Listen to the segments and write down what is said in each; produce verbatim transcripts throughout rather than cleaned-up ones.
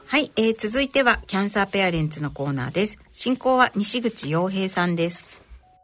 はい、えー、続いてはキャンサーペアレンツのコーナーです。進行は西口洋平さんです。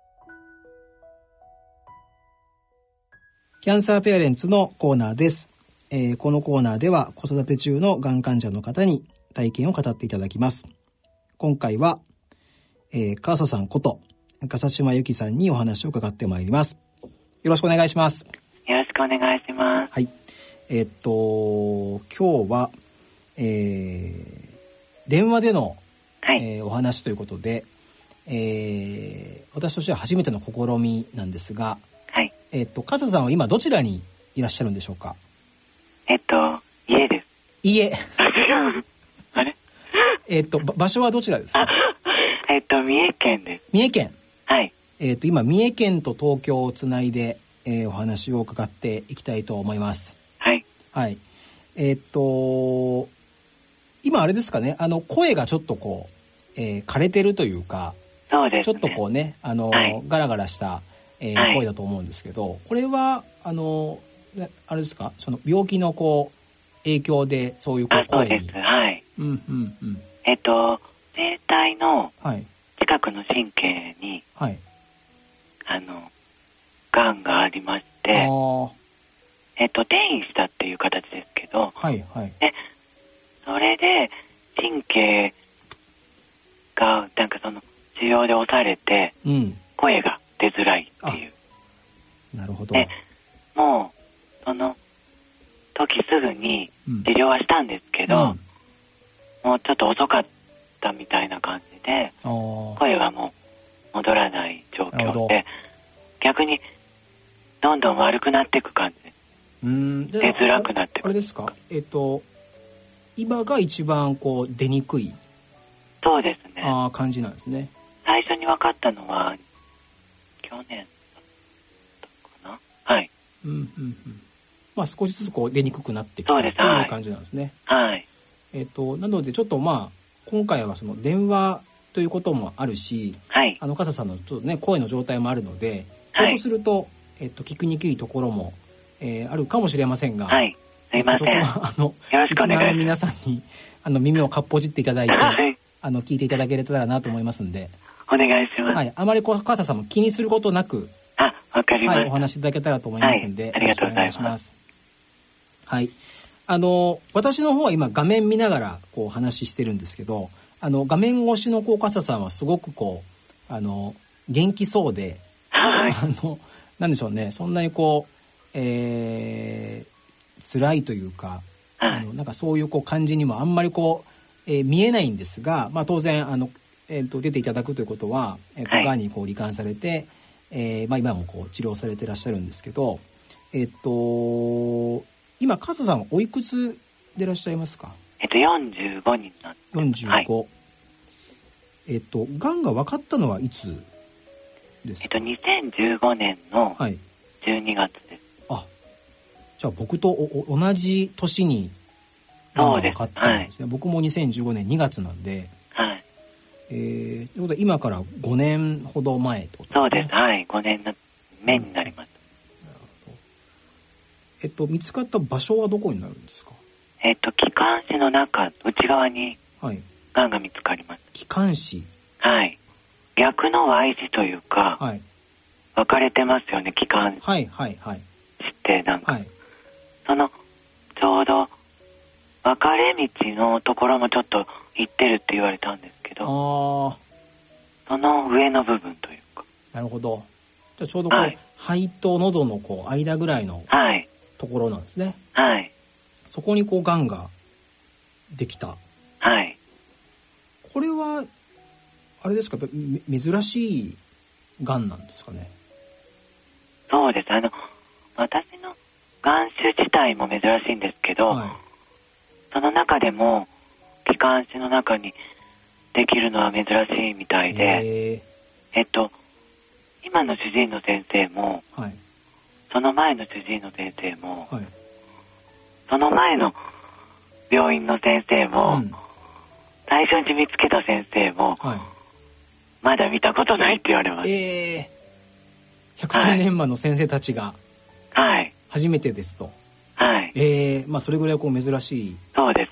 キャンサーペアレンツのコーナーです。えー、このコーナーでは子育て中のがん患者の方に体験を語っていただきます。今回は、えー、笠さんこと笠島由紀さんにお話を伺ってまいります。よろしくお願いします。 よろしくお願いします。 はい。えー、っと今日はえー、電話での、はいえー、お話ということで、えー、私としては初めての試みなんですが、 はいえー、っと笠さんは今どちらにいらっしゃるんでしょうか？ えっと家です。 家あれえっと場所はどちらですか？ えっと三重県です。 三重県。 はい。 えっと今三重県と東京をつないで、えー、お話を伺っていきたいと思います。 はいはい。えっと今あれですかね、あの声がちょっとこう、えー、枯れてるというか、 そうですね、 ちょっとこうね、あの、はい、ガラガラした、えーはい、声だと思うんですけど、これはあのあれですか、その病気のこう影響でそういうこう声に。 あ、そうです。はい。 うんうんうん。 えっと声帯の近くの神経に、はい、あのがんがありまして、あえっと転移したっていう形ですけど、 はいはい。 でそれで神経がなんかその治療で押されて、うん、声が出づらいっていう。 なるほど。 でもうその時すぐに治療はしたんですけど、うん、もうちょっと遅かったみたいな感じで、声がもう戻らない状況で、逆にどんどん悪くなっていく感じ。 うーん、で出づらくなっていく。 あれですか、えっと今が一番こう出にくい。 そうですね。 あ感じなんですね。 最初に分かったのは去年だったかな。はい。 うんうんうん。まあ少しずつこう出にくくなってきたという感じなんですね。 はい。 えっとなのでちょっとまあ今回はその電話ということもあるし、はい、あの笠さんのちょっとね声の状態もあるので、はい、そうするとえっと聞きにくいところも、えー、あるかもしれませんが。 はい。すいません。 そこはあのリスナーの皆さんにあの耳をかっぽじっていただいて、はい、あの聞いていただけれたらなと思いますんで、 お願いします。 はい、あまりこう笠さんも気にすることなく、 あ、わかりました、 はい、お話しいただけたらと思いますんで、 はい、ありがとうございます。 はい、あの私の方は今画面見ながらこう話してるんですけど、あの画面越しのこう笠さんはすごくこうあの元気そうで、 はい、 あのなんでしょうね、そんなにこう、えー辛いというか、はい、あのなんかそういうこう感じにもあんまりこう、えー、見えないんですが、まあ、当然あの、えー、と出ていただくということは、えーとはい、がんにこう罹患されて、えーまあ、今もこう治療されていらっしゃるんですけど、えっ、ー、と今笠さんはおいくつでいらっしゃいますか？ えっとよんじゅうごになって。 よんじゅうご、はい、えっ、ー、とがんが分かったのはいつですか？ えっとにせんじゅうごねんのじゅうにがつです。はい、 じゃあ僕とお同じ年にがんが分かったんですね。はい、僕もにせんじゅうごねんにがつなんで、はい、えー、ということで今からごねんほど前ってことですね。 そうです。はい、ごねんめになります。 なるほど。えっと見つかった場所はどこになるんですか？ えっと気管支の中内側にがんが見つかります。 気管支。 はい。逆の Y 字というか、はい、分かれてますよね、気管支。 はいはいはい。 ってなんか。はい、そのちょうど分かれ道のところもちょっと行ってるって言われたんですけど、あその上の部分というか。 なるほど。じゃあちょうどこう、はい、肺と喉のこう間ぐらいのところなんですね。 はい。 そこにこうがんができた。 はい。 これはあれですか、珍しいがんなんですかね？ そうです。あの私のがん種自体も珍しいんですけど、はい、その中でも気管支の中にできるのは珍しいみたいで、えっと今の主治医の先生も、はい、その前の主治医の先生も、はい、その前の病院の先生も、うん、最初に見つけた先生も、はい、まだ見たことないって言われます。 えー、百戦錬磨の先生たちが、 はい、 初めてですと。 はい。 えー、まあそれぐらいこう珍しい。 そうですね。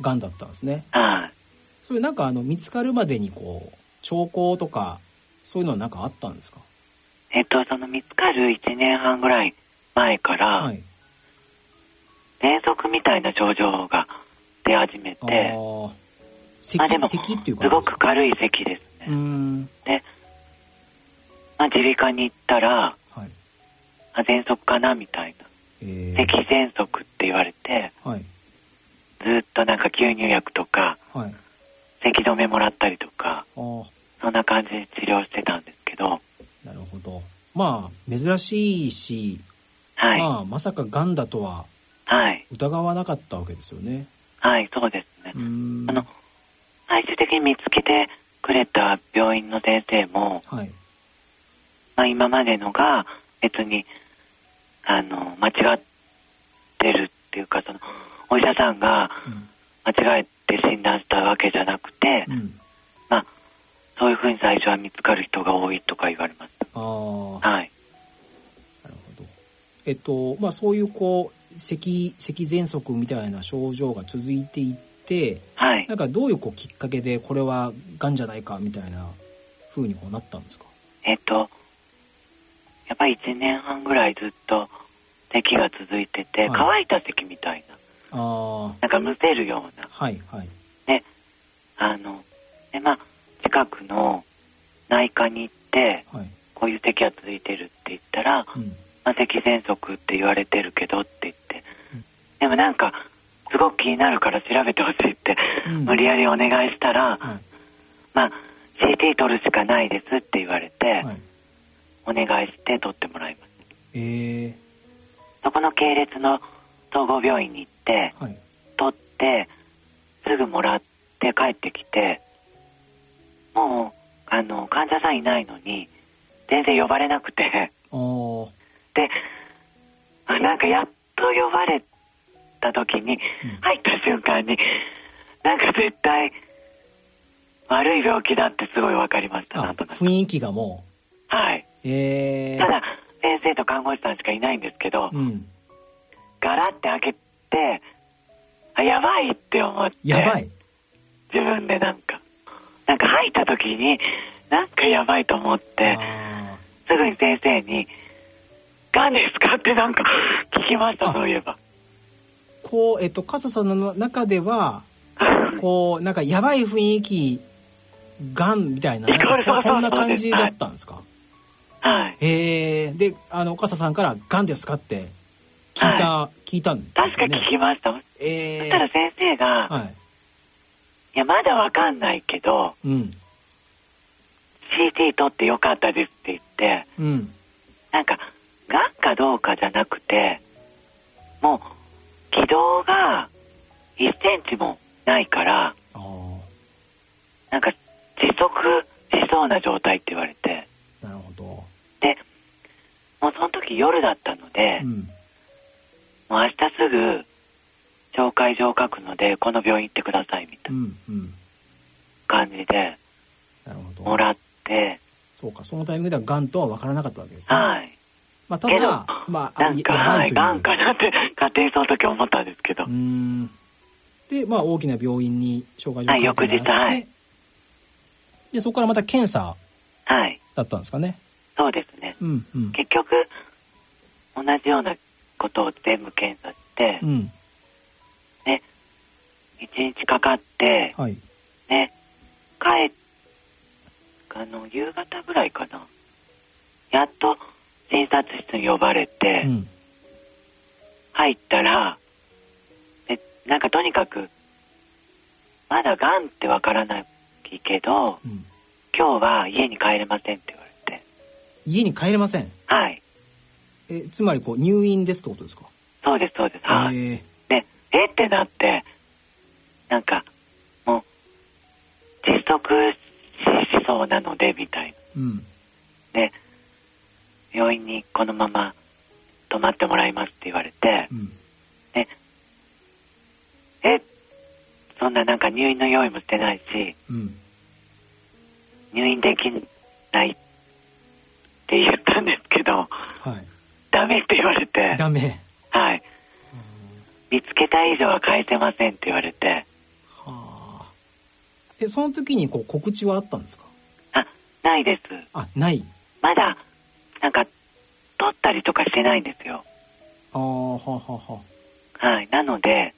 がんだったんですね。 はい。 それなんかあの見つかるまでにこう兆候とかそういうのはなんかあったんですか？ えっとその見つかるいちねんはんぐらい前から、はい、喘息みたいな症状が出始めて、あ咳、 まあ、でも咳っていうかすごく軽い咳ですね。 うーんで、まあ、耳鼻科に行ったら、はい、あ喘息かなみたいな、えー、咳喘息って言われて、はい、ずっとなんか吸入薬とか、はい、咳止めもらったりとか、そんな感じで治療してたんですけど。 なるほど。まあ珍しいし、はい、まあまさかがんだとは疑わなかったわけですよね。 はい、はい、そうですね。あの最終的に見つけてくれた病院の先生も、はい、まあ、今までのが別にあの間違ってるっていうか、そのお医者さんが間違えて診断したわけじゃなくて、うん、まあそういうふうに最初は見つかる人が多いとか言われました。あ、はい。 なるほど。えっとまあそういうこう咳咳喘息みたいな症状が続いていって、はい、なんかどういうこうきっかけでこれはがんじゃないかみたいな風にこうなったんですか？ えっとやっぱりいちねんはんぐらいずっと咳が続いてて、はい、乾いた咳みたいな、あなんかむせるような、はいはい、であのでまあ近くの内科に行って、はい、こういう咳が続いてるって言ったら、うん、まあ、咳喘息って言われてるけどって言って、うん、でもなんかすごく気になるから調べてほしいって、うん、無理やりお願いしたら、はい、まあ シーティー 取るしかないですって言われて、はい、お願いして取ってもらいます。えー、そこの系列の総合病院に行って、はい、取ってすぐもらって帰ってきて、もうあの患者さんいないのに全然呼ばれなくてでなんかやっと呼ばれた時に、うん、入った瞬間になんか絶対悪い病気だってすごい分かりました。なんとなく雰囲気がもう、はい、えー、ただ先生と看護師さんしかいないんですけど、うん、ガラッて開けてあやばいって思って、 やばい自分でなんかなんか入った時になんかやばいと思ってすぐに先生にがんですかってなんか聞きました。そういえばこうえっと笠さんの中ではこうなんかやばい雰囲気がんみたい な, なんか そ, そんな感じだったんですか？はい。えー、であの笠さんからがんですかって聞いた、はい、聞いたんですよね。 確か聞きました。えー、そしたら先生が、はい、いやまだわかんないけど、うん、シーティー 取ってよかったですって言って、うん、なんかがんかどうかじゃなくてもう気道がいっセンチもないからなんか窒息しそうな状態って言われて、 なるほど。 でもうその時夜だったので、うん、もう明日すぐ紹介状書くのでこの病院行ってくださいみたいな感じでもらって、 そうか、そのタイミングではがんとは分からなかったわけですね。はい。まあ、ただまあなんかはいがんかなって勝手にその時思ったんですけど、うーんでまあ大きな病院に紹介状書いてもらって、はい、翌日、はい、でそこからまた検査だったんですかね。 はい、そうですね、うんうん、結局同じようなことを全部検査して、うん、ねいちにちかかって、はい、ね帰あの夕方ぐらいかなやっと診察室に呼ばれて、うん、入ったらでなんかとにかくまだがんってわからないけど、うん、今日は家に帰れませんって言われて。 家に帰れません。 はい。 えつまりこう入院ですってことですか？ そうですそうです。はい。でえってなってなんかもう窒息しそうなのでみたいな、うん、で病院にこのまま泊まってもらいますって言われて、うん、でえそんななんか入院の用意もしてないし、うん、入院できないって言ったんですけど、はい、ダメって言われて、 ダメ、 はい、見つけた以上は返せませんって言われて、 え、その時にこう告知はあったんですか？ あ、ないです。 あ、ない。 まだなんか取ったりとかしてないんですよ。 ああ、ははは。 はい。なので、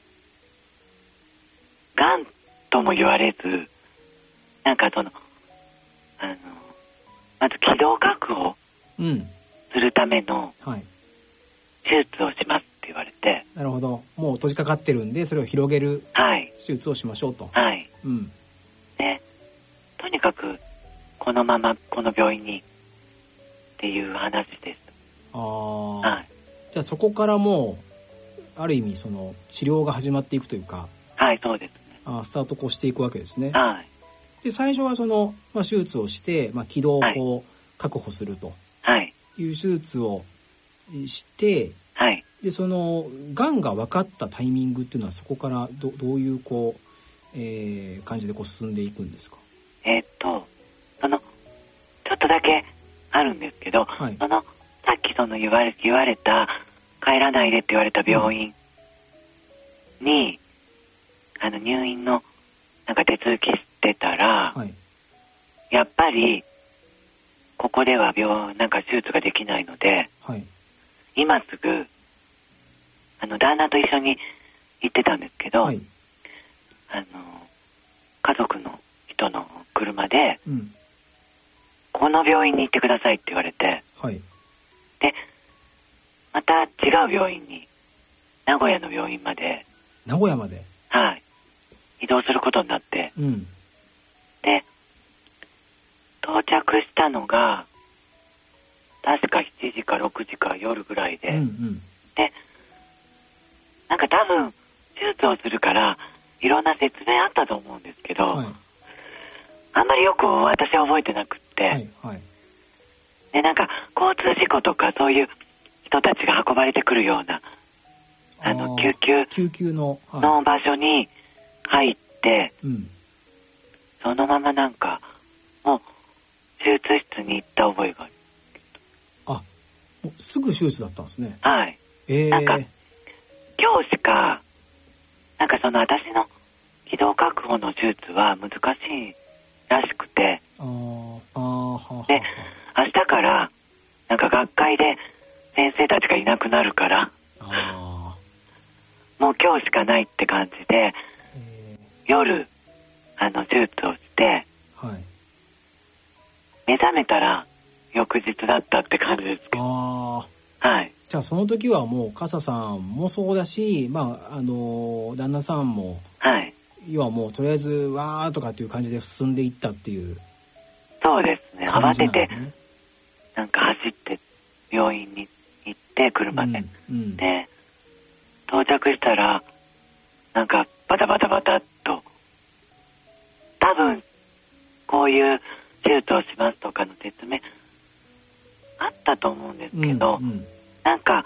がんとも言われず、なんかその、あの、まず気道確保するための手術をしますって言われて、 うん、なるほど。もう閉じかかってるんで、それを広げる手術をしましょうと。 はい。 うん。 で、とにかくこのままこの病院にっていう話です。 ああ。 はい。 じゃあそこからもうある意味その治療が始まっていくというか。 はい、そうですね。 あ、スタートこうしていくわけですね。 はい。 で最初はその、まあ、手術をして、まあ、気道をこう、はい、確保するという手術をして、 はい、 でそのがんが分かったタイミングっていうのはそこから ど, どういうこう、えー、感じでこう進んでいくんですか？ えー、っとそのちょっとだけあるんですけど、はい、そのさっきその言われ言われた帰らないでって言われた病院に、うん、あの入院のなんか手続きしてたら、はい、やっぱりここでは病なんか手術ができないので、はい、今すぐあの旦那と一緒に行ってたんですけど、はい、あの家族の人の車で、うん、この病院に行ってくださいって言われて、はい、でまた違う病院に名古屋の病院まで名古屋まで、 はい、移動することになって、うん、で到着したのが確かしちじかろくじか夜ぐらいで、うんうん、でなんか多分手術をするからいろんな説明あったと思うんですけど、はい、あんまりよく私は覚えてなくって、はいはい、でなんか交通事故とかそういう人たちが運ばれてくるようなあの救急救急の、 はい、の場所に入って、うん、そのままなんかもう手術室に行った覚えがある。 あ、もうすぐ手術だったんですね。 はい。えー、なんか今日しかなんかその私の気道確保の手術は難しいらしくて、ああはで明日からなんか学会で先生たちがいなくなるから、あもう今日しかないって感じで、えー、夜あの手術をして、はい、目覚めたら翌日だったって感じですけど。あはい。 じゃあその時はもう笠さんもそうだし、まああの旦那さんも、はい、要はもうとりあえずわーとかっていう感じで進んでいったっていう。 そうですね。慌ててなんか走って病院に行って車で、うんうん、で到着したらなんかバタバタバタっと多分こういう手術をしますとかの説明あったと思うんですけど、うんうん、なんか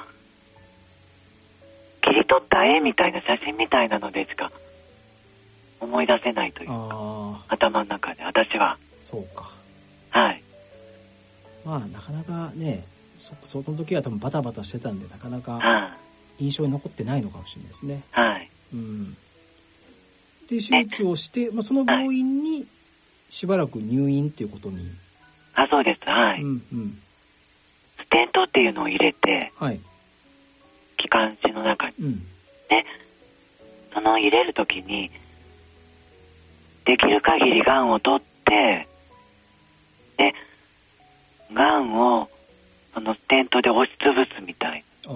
切り取った絵みたいな写真みたいなのでしか思い出せないというか、頭の中で私は。 そうか。 はい。 まあなかなかね、そ, その時は多分バタバタしてたんでなかなか印象に残ってないのかもしれないですね。 はい。 うん。で手術をして、まあ、その病院にしばらく入院っていうことに。 あ、そうです。はい。うんうん。ステントっていうのを入れて、はい、気管支の中に、うん、でその入れるときにできる限りがんを取ってでがんをそのステントで押しつぶすみたいな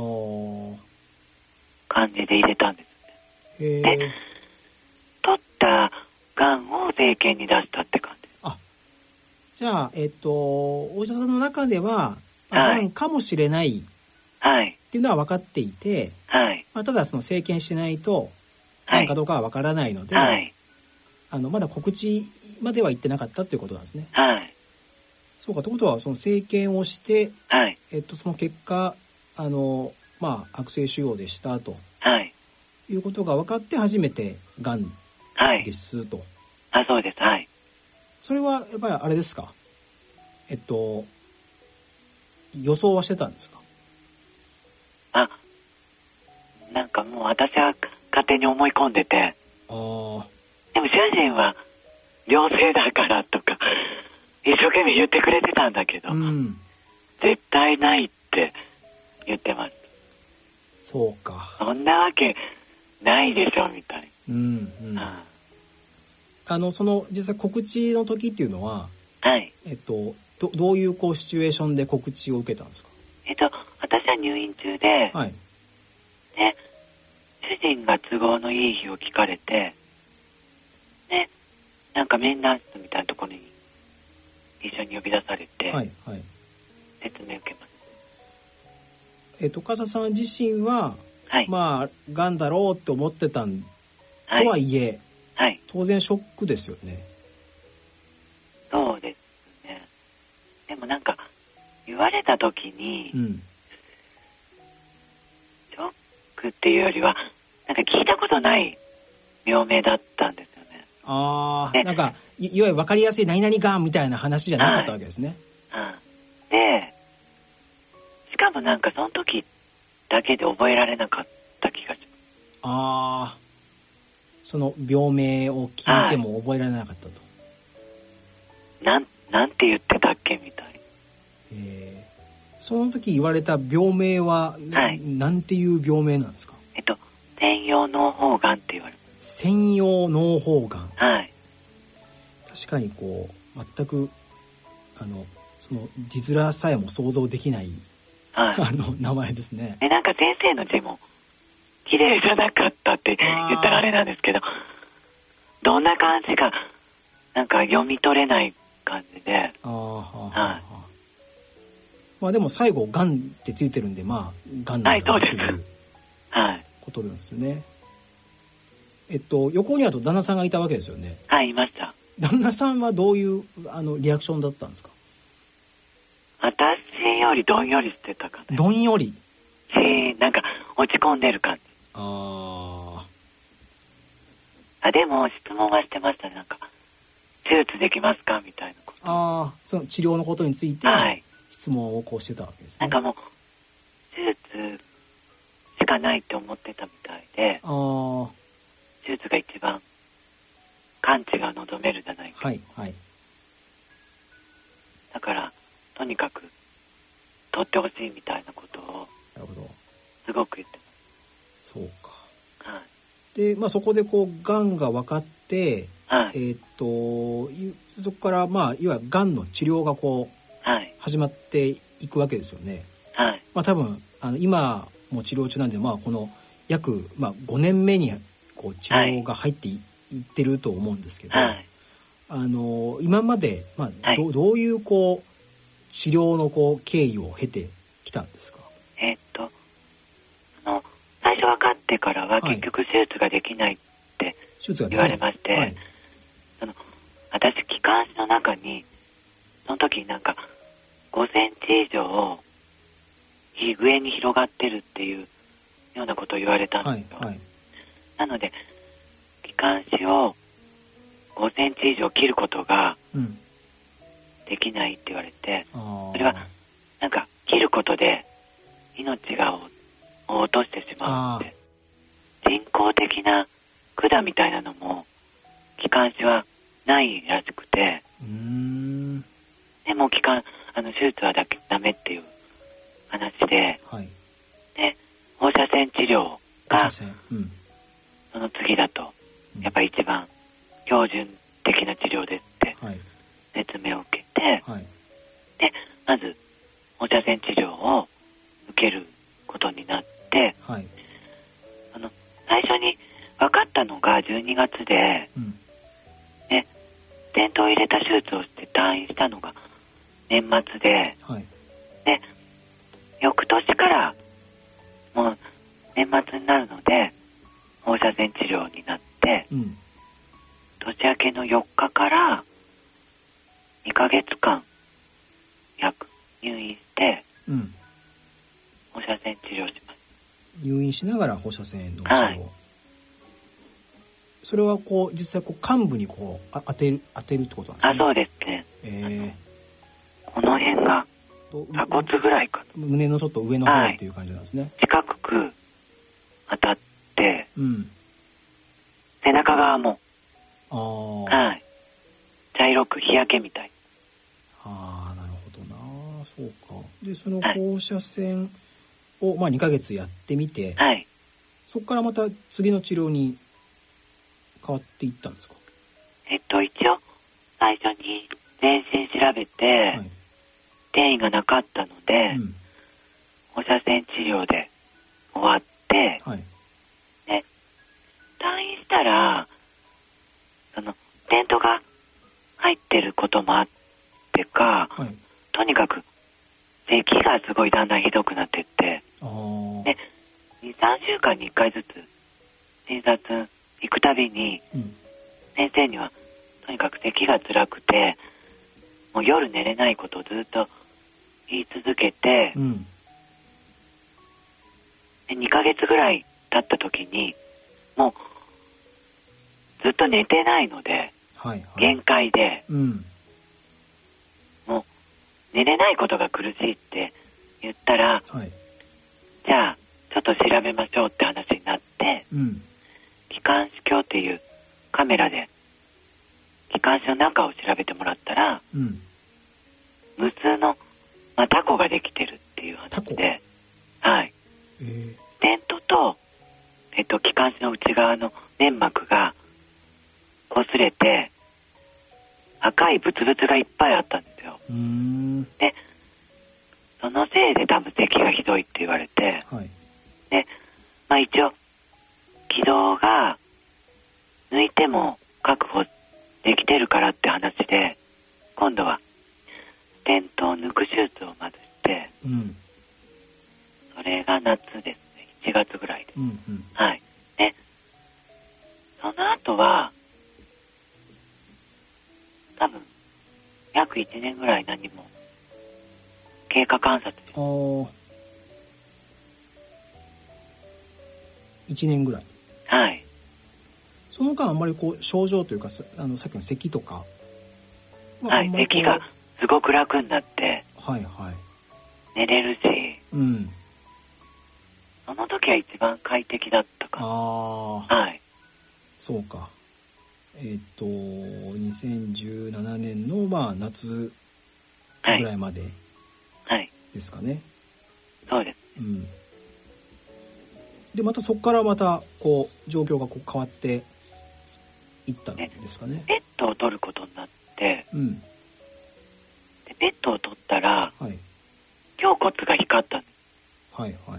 感じで入れたんですね。で取ったがんを生検に出したって感じです。 あ、じゃあえっとお医者さんの中ではがんかもしれないっていうのは分かっていて、はいまあ、ただその生検しないとがんかどうかは分からないので、はい、あのまだ告知までは行ってなかったということなんですね。はい、そうか。ということはその生検をして、はいえっと、その結果あの、まあ、悪性腫瘍でしたと、はい、いうことが分かって初めてがんですと、 はい、あそうです。はい。 それはやっぱりあれですか、えっと予想はしてたんですか？ あ、なんかもう私は勝手に思い込んでて、あでも主人は良性だからとか一生懸命言ってくれてたんだけど、うん、絶対ないって言ってます。 そうか。 そんなわけないでしょみたいな。 うんうん、あのその実際告知の時っていうのは、 はい、 えっとどどういうこうシチュエーションで告知を受けたんですか？ えっと私は入院中で、 はい、 で主人が都合のいい日を聞かれて、でなんか面談室みたいなところに一緒に呼び出されて、はいはい、説明受けます。 えっと笠さん自身は、はい、まあがんだろうって思ってたんとはいえ、はい、当然ショックですよね。 そうですね。でもなんか言われた時に、うん、ショックっていうよりはなんか聞いたことない病名だったんですよね。 ああ、なんか い, いわゆる分かりやすい何々がんみたいな話じゃなかったわけですね。 はい、うん、でしかもなんかその時だけで覚えられなかった気がします。 ああ、その病名を聞いても覚えられなかったと。 なん、なんて言ってたっけみたいな。 えー、その時言われた病名は、はい、なんていう病名なんですか？ えっと専用脳胞がんって言われます。 専用脳胞がん。 はい。 確かにこう全くあのその字面さえも想像できない、はい、あの名前ですね。 でなんか先生の字も綺麗じゃなかったって言ったらあれなんですけど、どんな感じかなんか読み取れない感じで。あ、はあ、はい。 まあでも最後がんってついてるんで、まあがんなんだなということですよね。はい、えっと横にはと旦那さんがいたわけですよね。 はい、いました。 旦那さんはどういうあのリアクションだったんですか？ 私よりどんよりしてたかな。 どんより。 し、なんか落ち込んでる感じ。 ああ。でも質問はしてましたね。なんか手術できますかみたいなこと。 ああ、その治療のことについて質問をこうしてたわけですね。 なんかもう手術しかないって思ってたみたいで、あ、手術が一番完治が望めるじゃないか。はいはい。だからとにかく取ってほしいみたいなことをすごく言ってます。 そうか。はい。で、まあそこでこうがんが分かって、はい、えー、っとそこからまあいわゆるがんの治療がこう、はい、始まっていくわけですよね。はい。まあ多分あの今も治療中なんで、まあこの約まあごねんめにこう治療が入ってい、はい、ってると思うんですけど、はい、あの今までまあ ど,、はい、どういうこう治療のこう経緯を経てきたんですか？ えー、っとあの最初分かってからは結局手術ができないって言われまして、はいはい、その私気管支の中にその時になんかごセンチ以上上に広がってるっていうようなことを言われたんですよ。はいはい、なので気管支をごセンチ以上切ることができないって言われて、うん、それはなんか切ることで命がを落としてしまうって、人工的な管みたいなのも気管支はないらしくて、うーん、でも気管あの手術はだけダメっていう話で、はい、で放射線治療が、うん、その次だとやっぱり一番標準的な治療ですって説明を受けて、はい、でまず放射線治療を受けることになって、はい、あの最初に分かったのがじゅうにがつで、うん、でステントを入れた手術をして退院したのが年末で、はい、で翌年からもう年末になるので放射線治療になって、うん、年明けのよっかからにかげつかん約入院して、うん、放射線治療します。 入院しながら放射線の治療、はい、それはこう実際こう患部にこうあ当てる当てるってことなんですかね？ あ、そうですね。えー、この辺が鎖骨ぐらいかな、 胸のちょっと上の方っていう感じなんですね。はい、 四角く当たって、うん、背中側も、あ、はい、 茶色く日焼けみたい。 ああ、なるほどな。そうか。でその放射線を、はい、まあにかげつやってみて、 はい、 そこからまた次の治療に変わっていったんですか？ えっと一応最初に全身調べて、はい、転移がなかったので、うん、放射線治療で終わって、はい、で退院したらそのステントが入ってることもあってか、はい、とにかく咳がすごいだんだんひどくなっていって、でにさんしゅうかんにいっかいずつ診察行くたびに、うん、先生にはとにかく咳が辛くてもう夜寝れないことをずっと言い続けて、うん、でにかげつぐらい経った時にもうずっと寝てないので、はいはい、限界で、うん、もう寝れないことが苦しいって言ったら、はい、じゃあちょっと調べましょうって話になって、うん、気管支鏡っていうカメラで気管支の中を調べてもらったら、うん、無数の、まあ、タコができてるっていう話で、はい、えー、ステントと、えっと、気管支の内側の粘膜が擦れて赤いブツブツがいっぱいあったんですよ。うーん、でそのせいで多分咳がひどいって言われて、はい、で、まあ、一応気道が抜いても確保できてるからって話で今度はステントを抜く手術をまずして、うん、それが夏ですね、しちがつぐらいで、うんうん、はい。でその後は多分約いちねんぐらい何も経過観察です。 あいちねんぐらい。 はい。 その間あんまりこう症状というかあのさっきの咳とか、 まあ、はい、咳がすごく楽になって、 はいはい、 寝れるし、うん、その時は一番快適だったかな。あ、はい、 そうか。えっとにせんじゅうななねんのまあ夏ぐらいまでですかね。はいはい、 そうです。 うん。でまたそこからまたこう状況がこう変わっていったんですかね。 ペットを取ることになって、うん、でペットを取ったら、はい、胸骨が光ったんです。はいはい。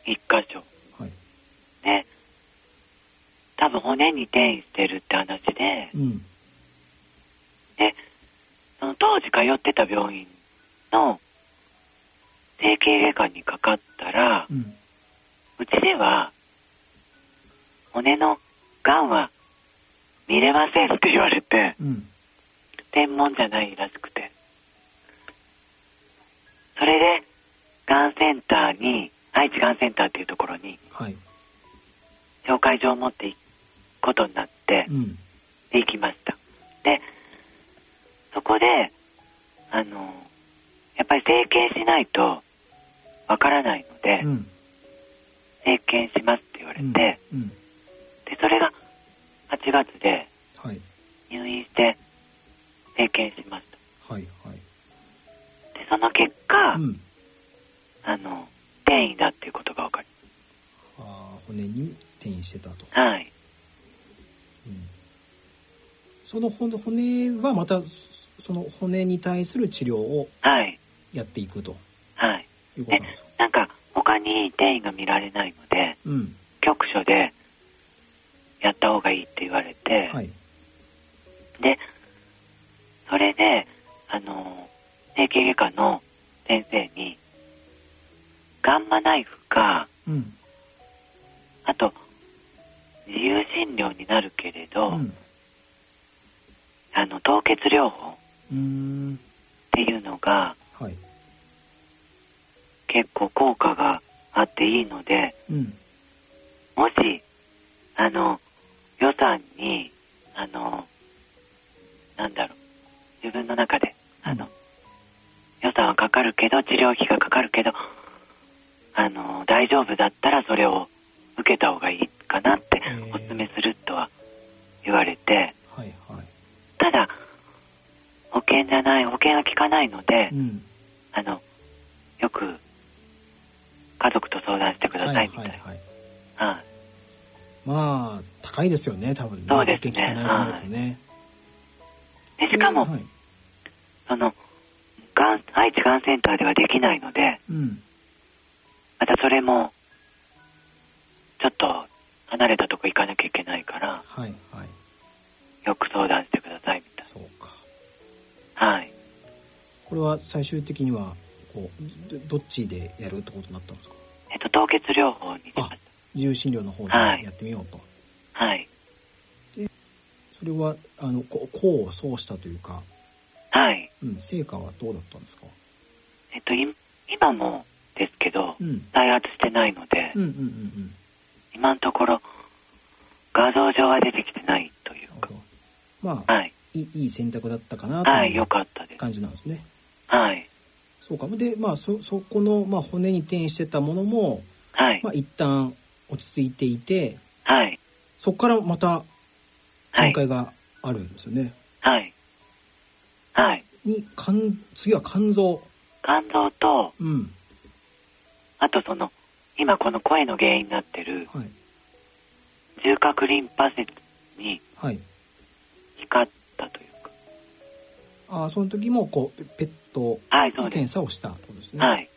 一箇所。はい。で多分骨に転移してるって話で、うん、でその当時通ってた病院の整形外科にかかったら、うん、うちでは骨のがんは見れませんって言われて、うん、天文じゃないらしくて、それでがんセンターに愛知がんセンターっていうところに、はい、紹介状を持っていくことになって、うん、で行きました。でそこであのやっぱり整形しないとわからないので、うん、整形しますって言われて、うんうん、でそれがはちがつで入院して整形しました。はいはい、でその結果、うん、あの転移だっていうことが分かります。あ、骨に転移してたと。 はい、 うん、その骨はまたその骨に対する治療をやっていくと、 はい、 いうことなんですか。 なんか他に転移が見られないので、うん、局所でやった方がいいって言われて、はい、でそれであの整形外科の先生にガンマナイフか、うん、あと自由診療になるけれど、うん、あの凍結療法っていうのが、はい、結構効果があっていいので、うん、もしあの予算にあのなんだろう自分の中であの、うん、予算はかかるけど治療費がかかるけどあの大丈夫だったらそれを受けた方がいいかなってお勧めするとは言われて、はいはい、ただ保険じゃない、保険は効かないので、 うん、 あのよく家族と相談してくださいみたいな。はいはいはい、 まあ高いですよね、多分ね。 そうですね。 保険効かないとなるとね。 でしかも、はい、そのがん愛知がんセンターではできないので、うん、またそれもちょっと離れたとこ行かなきゃいけないから、はいはい、よく相談してくださいみたいな。 そうか。 はい。 これは最終的にはこう ど, どっちでやるってことになったんですか？ えっと凍結療法に出ました。 自由診療の方でやってみようと。 はい。 でそれはあの功を奏したというか、 はい。 うん、成果はどうだったんですか？ えっと今もですけど、うん、再発してないので、うんうんうんうん、今のところ画像上は出てきてないというか、 まあ、はい、い, いい選択だったかなという感じなんですね。 はい。 そうか。で、まあ そ, そこの、まあ、骨に転移してたものも、はい、まあ、一旦落ち着いていて、はい、そこからまた展開があるんですよね。 はい。はい。 に肝次は肝臓。 肝臓と、うん、あとその今この声の原因になってる、はい、重核リンパ節に光ったというか、 はい、あその時もこうペット検査をしたってことですね。はい。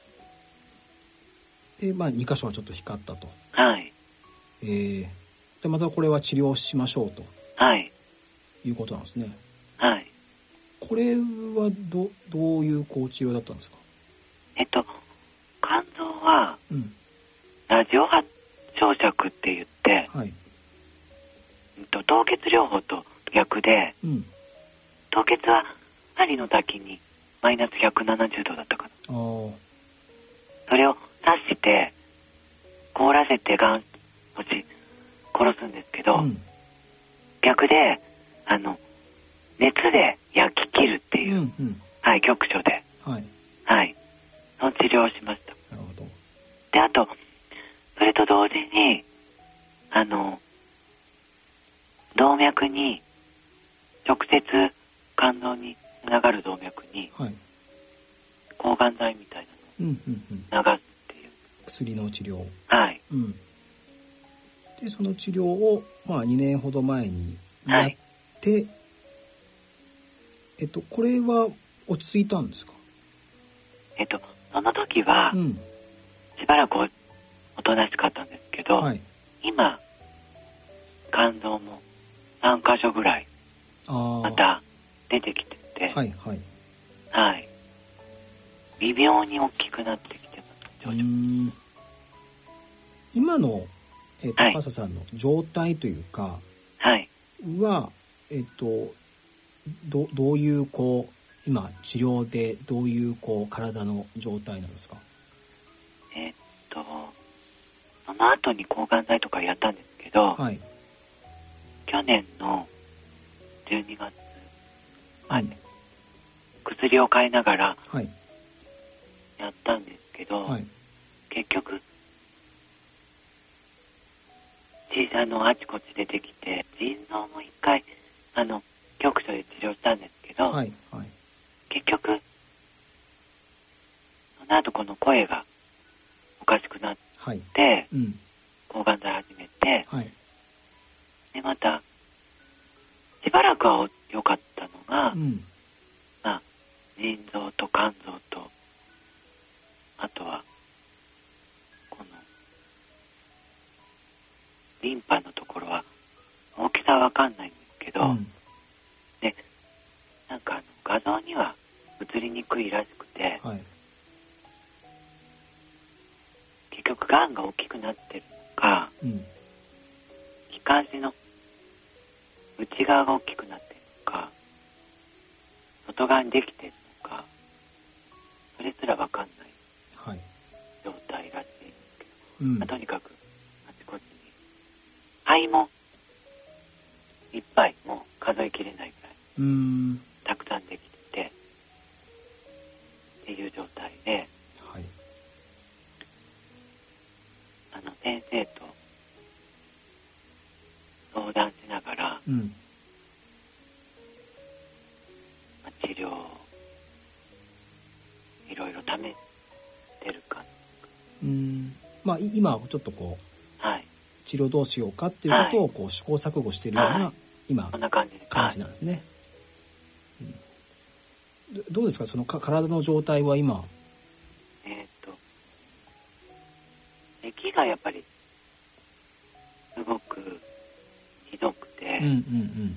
で、まあに箇所はちょっと光ったと。はい。えー、でまたこれは治療しましょうと。はい。いうことなんですね。はい。これはどどういうこう治療だったんですか？ えっと肝臓は、うん、ラジオ波焼灼って言って、はい、えっと、凍結療法と逆で、うん、凍結は針の滝にマイナスひゃくななじゅうどだったかな。それを刺して凍らせてがんのち殺すんですけど、うん、逆であの熱で焼き切るっていう、うんうん、はい、局所で、はい、はい、その治療をしました。なるほど。で、あとそれと同時にあの動脈に直接肝臓につながる動脈に、はい、抗がん剤みたいなのを流すっていう、うんうんうん、 薬の治療。 はい、うん、 でその治療を、まあ、にねんほど前にやって、はい、えっとこれは落ち着いたんですか？ えっとその時は、うん、しばらくおとなしかったんですけど、はい、今肝臓もさんかしょぐらいまた出てきてて、はいはいはい、微妙に大きくなってきてます。徐々に。 今の、えー、高佐さんの状態というか、はい、は、えっと、ど, どういうこう今治療でどういうこう体の状態なんですか？ えー、っとその後に抗がん剤とかやったんですけど、はい、去年のじゅうにがつまで、うん、薬を変えながらやったんですけど、はい、結局小さのあちこち出てきて腎臓も一回あの局所で治療したんですけど、はいはい、結局その後この声がおかしくなって、はいうん、抗がん剤始めて、はい、でまたしばらくは良かったのが、うんまあ、腎臓と肝臓とあとはこのリンパのところは大きさは分かんないんですけど、うん、でなんかあの画像には映りにくいらしくて、はい、結局がんが大きくなってるのか、うん、気管支の内側が大きくなってるのか外側にできてるのかそれすら分かんない状態らしいんですけど、はいまあ、とにかくあちこちに肺もいっぱいもう数えきれないぐらいうーんたくさんできててっていう状態で、はい、あの先生と相談しながら、うん、治うん、まあ今はちょっとこう、 はい、 治療どうしようかっていうことをこう試行錯誤しているような、はい、今そんな感じ感じなんですね、はい。うん、どうですかそのか体の状態は今。 えー、っと咳がやっぱりすごくひどくて、うんうんうん、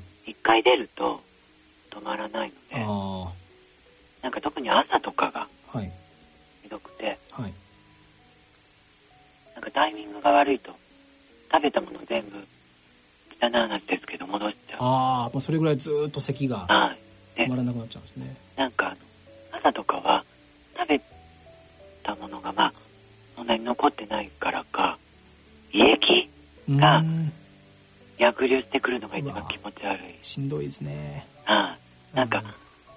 一回出ると止まらないので、あなんか特に朝とかがひどくて、はい、なんかタイミングが悪いと食べたもの全部汚い話ですけど戻しちゃう。 ああ、もうそれぐらいずっと咳が止まらなくなっちゃうんですね。はい、 なんかあの朝とかは食べたものがまあそんなに残ってないからか胃液が逆流してくるのが一番気持ち悪い。 しんどいですね。 ああ、なんか、うん、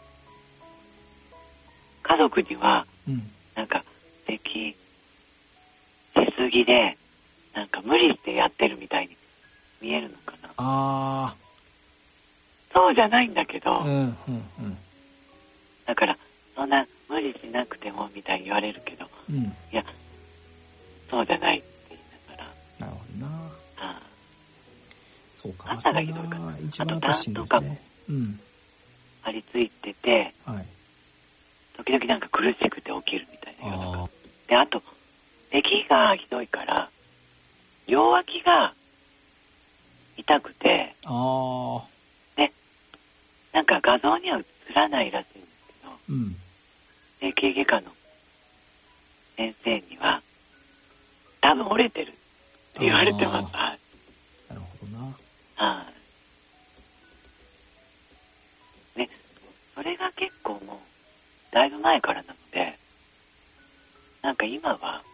家族には、うん、なんか咳しすぎでなんか無理してやってるみたいに見えるのかな。あそうじゃないんだけど、うんうんうん、だからそんな無理しなくてもみたいに言われるけど、うん、いやそうじゃないって言いながら。 なるほどな。ああそうか。 朝がひどいかな。あと痰とかも張り付いてて、うんはい、時々なんか苦しくて起きるみたいな夜中で、あと咳がひどいから両脇が痛くて、あでなんか画像には映らないらしいんですけど、うん、整形外科の先生には多分折れてるって言われてます。 なるほどな。 はい、ね、それが結構もうだいぶ前からなので、なんか今は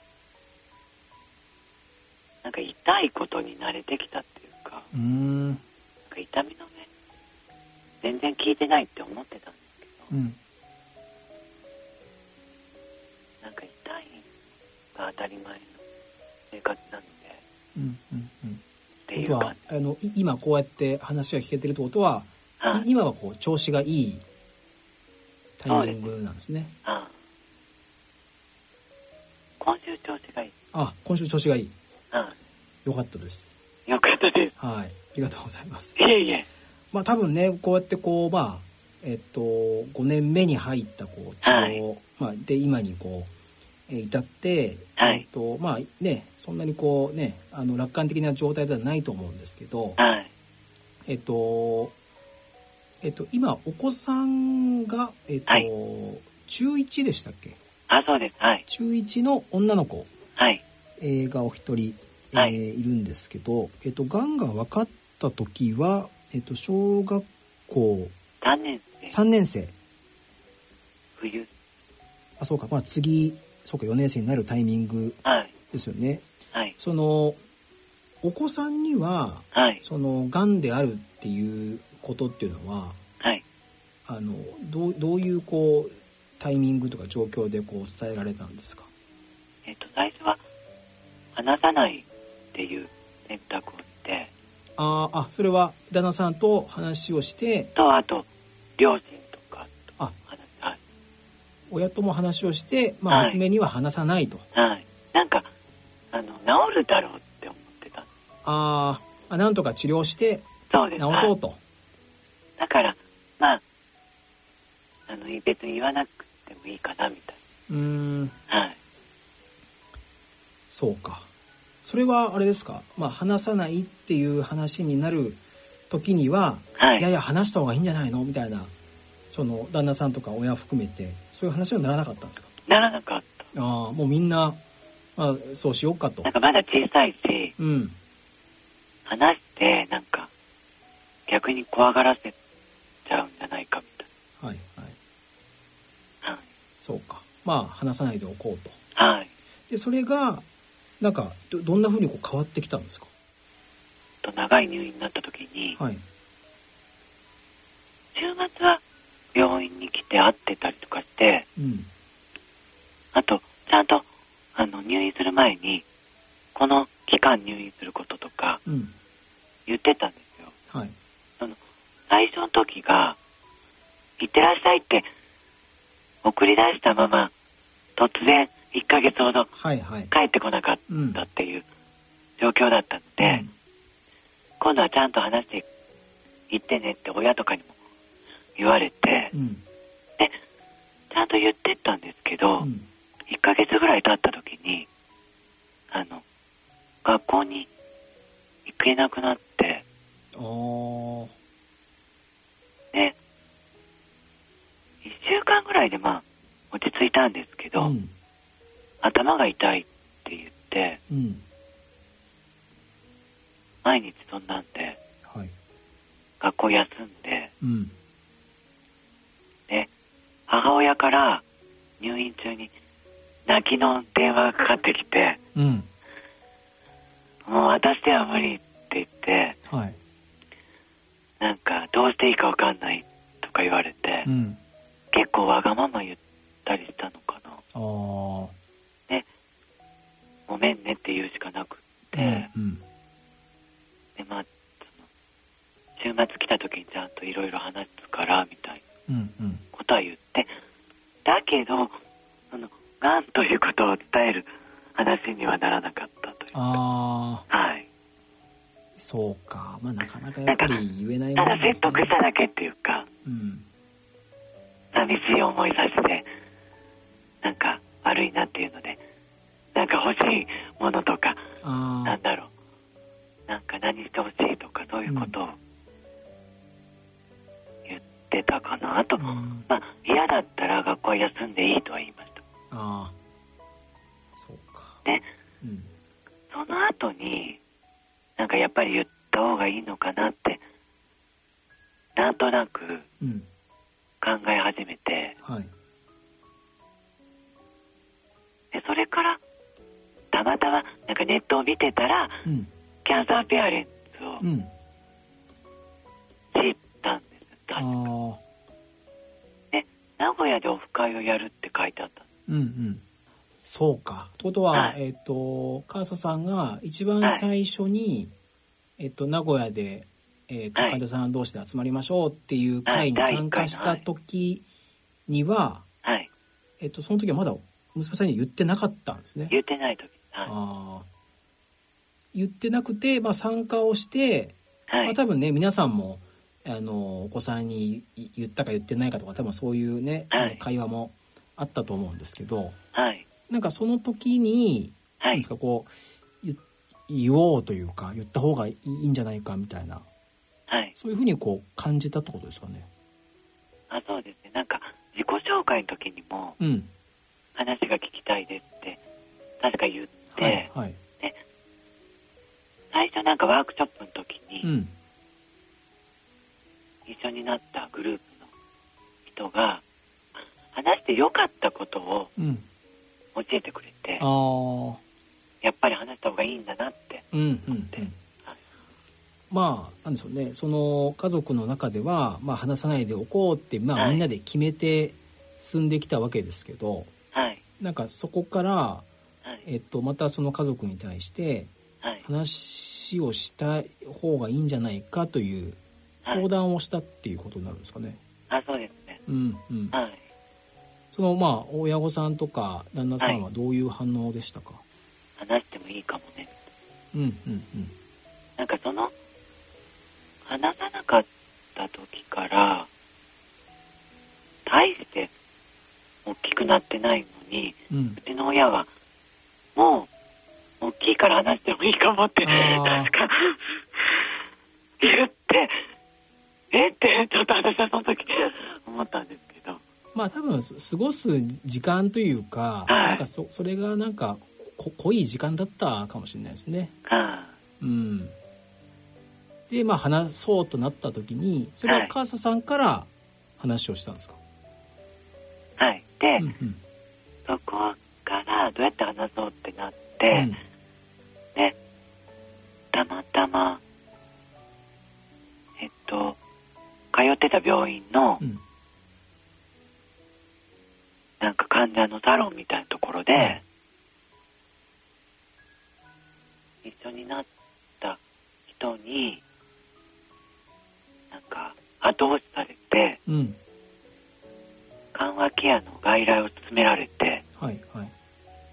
なんか痛いことに慣れてきたっていうか、うーんなんか痛みの目全然効いてないって思ってたんですけど、うん、なんか痛いが当たり前の生活なので、うんうんうん、っていう感じ。 あの今こうやって話が聞けてるってことは、はい、今はこう調子がいいタイミングなんですね。ああ今週調子がいい。 あ、今週調子がいい。よかったです。 よかったです。 はい、ありがとうございます。 いえいえ。 まあ多分ね、こうやってこうまあえっとごねんめに入ったこう治療、はい、まあで今にこう、えー、至って、はい、えっとまあねそんなにこうねあの楽観的な状態ではないと思うんですけど、はい、えっとえっと今お子さんがえっと、はい、中いちでしたっけ？ あ、そうです。はい。 中いちの女の子、 はい、 えー、がお一人。はい、えー、いるんですけど、えっと、がんが分かった時は、えっと、小学校さんねん生。 さんねん生。 冬。 あ、そうか。まあ次、そうかよねん生になるタイミングですよね。はい。そのお子さんには、はい、そのがんであるっていうことっていうのは、はい、あのどうどういうこうタイミングとか状況でこう伝えられたんですか？ えっと最初は話さないっていう選択をして、 ああ、それは旦那さんと話をしてと、あと両親とかと話す、はい、 親とも話をして、まあ、娘には話さないと、 はいはい、なんかあの治るだろうって思ってた。 ああ、なんとか治療して治そうと、はい、 だからまああの別に言わなくてもいいかなみたいな。うーん、はい、 そうか。それはあれですか、まあ、話さないっていう話になる時には、はい、いやいや話した方がいいんじゃないのみたいな、その旦那さんとか親含めてそういう話はならなかったんですか？ ならなかった。 ああ、もうみんな、まあ、そうしようかと。 なんかまだ小さいし、うん、話してなんか逆に怖がらせちゃうんじゃないかみたいな。はいはい、はい、そうか。まあ話さないでおこうと。はい。でそれがなんか ど, どんな風にこう変わってきたんですか？ と長い入院になった時に、はい、週末は病院に来て会ってたりとかして、うん、あとちゃんとあの入院する前にこの期間入院することとか言ってたんですよ。はい、その最初の時が行ってらっしゃいって送り出したまま突然いっかげつほど帰はいはい。 ってこなかったっていう状況だったので、 うん、 今度はちゃんと話していってねって親とかにも言われて、 うん、 でちゃんと言ってったんですけど、 うん、 いっかげつぐらい経った時にあの学校に行けなくなって、 あーでいっしゅうかんぐらいでまあ落ち着いたんですけど、 うん、 頭が痛いって言って、 うん、 毎日そんなんで、 はい、 学校休んで、 うん、 で母親から入院中に泣きの電話がかかってきて、 うん、 もう私では無理って言って、 はい、 なんかどうしていいか分かんないとか言われて、 うん、 結構わがまま言ったりしたのかな。 あーでごめんねって言うしかなくって、 うん、 でまあその週末来た時にちゃんといろいろ話すからみたいなうんうんことは言って、だけどそのがんということを伝える話にはならなかったというか。 ああはい、 そうか、まあなかなかやっぱり言えないもただんですね。 説得しただけっていうか、 うん、 寂しい思いさせてなんか悪いなっていうので、なんか欲しいものとか、 あなんだろう、なんか何してほしいとかそういうことを言ってたかなと、 うん、 まあ嫌だったら学校は休んでいいとは言いました。 ああそうか。 で、 うん、 その後になんかやっぱり言った方がいいのかなってなんとなくうん考え始めて、 はい、 でそれからたまたまなんかネットを見てたら、 うん、 キャンサーペアレンツをうん、 知ったんです。確かああで名古屋でオフ会をやるって書いてあった。 うんうんそうか。ということは、 はい、 えっ、と川佐さんが一番最初に、はい、えっ、と名古屋で、えっ、と、はい、患者さん同士で集まりましょうっていう会に参加した時には、 はい、 えっ、とその時はまだ娘さんに言ってなかったんですね。 言ってない時、はい、 あ言ってなくて、まあ、参加をして、 はい、 まあ、多分ね皆さんもあのお子さんに言ったか言ってないかとか多分そういうね、はい、会話もあったと思うんですけど、 はい、 なんかその時に、はい、なんですかこう 言, 言おうというか言った方がいいんじゃないかみたいな、 はい、 そういうふうにこう感じたってことですかね。 あ、そうですね。なんか自己紹介の時にも、うん、話が聞きたいですって確か言って、 はいはい、 で最初なんかワークショップの時に、うん、一緒になったグループの人が話して良かったことを、うん教えてくれて、あやっぱり話した方がいいんだなって思って、うんうんうんはい、 まあなんでしょうね、その家族の中では、まあ、話さないでおこうって、まあはい、みんなで決めて進んできたわけですけど、はい、なんかそこから、はいえっと、またその家族に対して話をした方がいいんじゃないかという相談をしたっていうことになるんですかね。 はい、あそうですね、 うんうんはい、 そのまあ親御さんとか旦那さんはどういう反応でしたか。 はい、話してもいいかもね。 うんうんうん。 なんかその話さなかった時から大して大きくなってないのに、うん、うちの親はもう大きいから話してもいいかもって確か言ってえってちょっと私はその時思ったんですけど。 まあ多分過ごす時間というか、はい、なんか そ, それがなんかこ濃い時間だったかもしれないですね。 はうん、でまあ話そうとなった時にそれは川佐さんから話をしたんですか。 はい、で、うんうん、そこからどうやって話そうってなって、うん、でたまたまえっと通ってた病院の、うんなんか患者のサロンみたいなところで、うん、一緒になった人になんか後押しされて、うん、緩和ケアの外来を勧められて、 はいはい、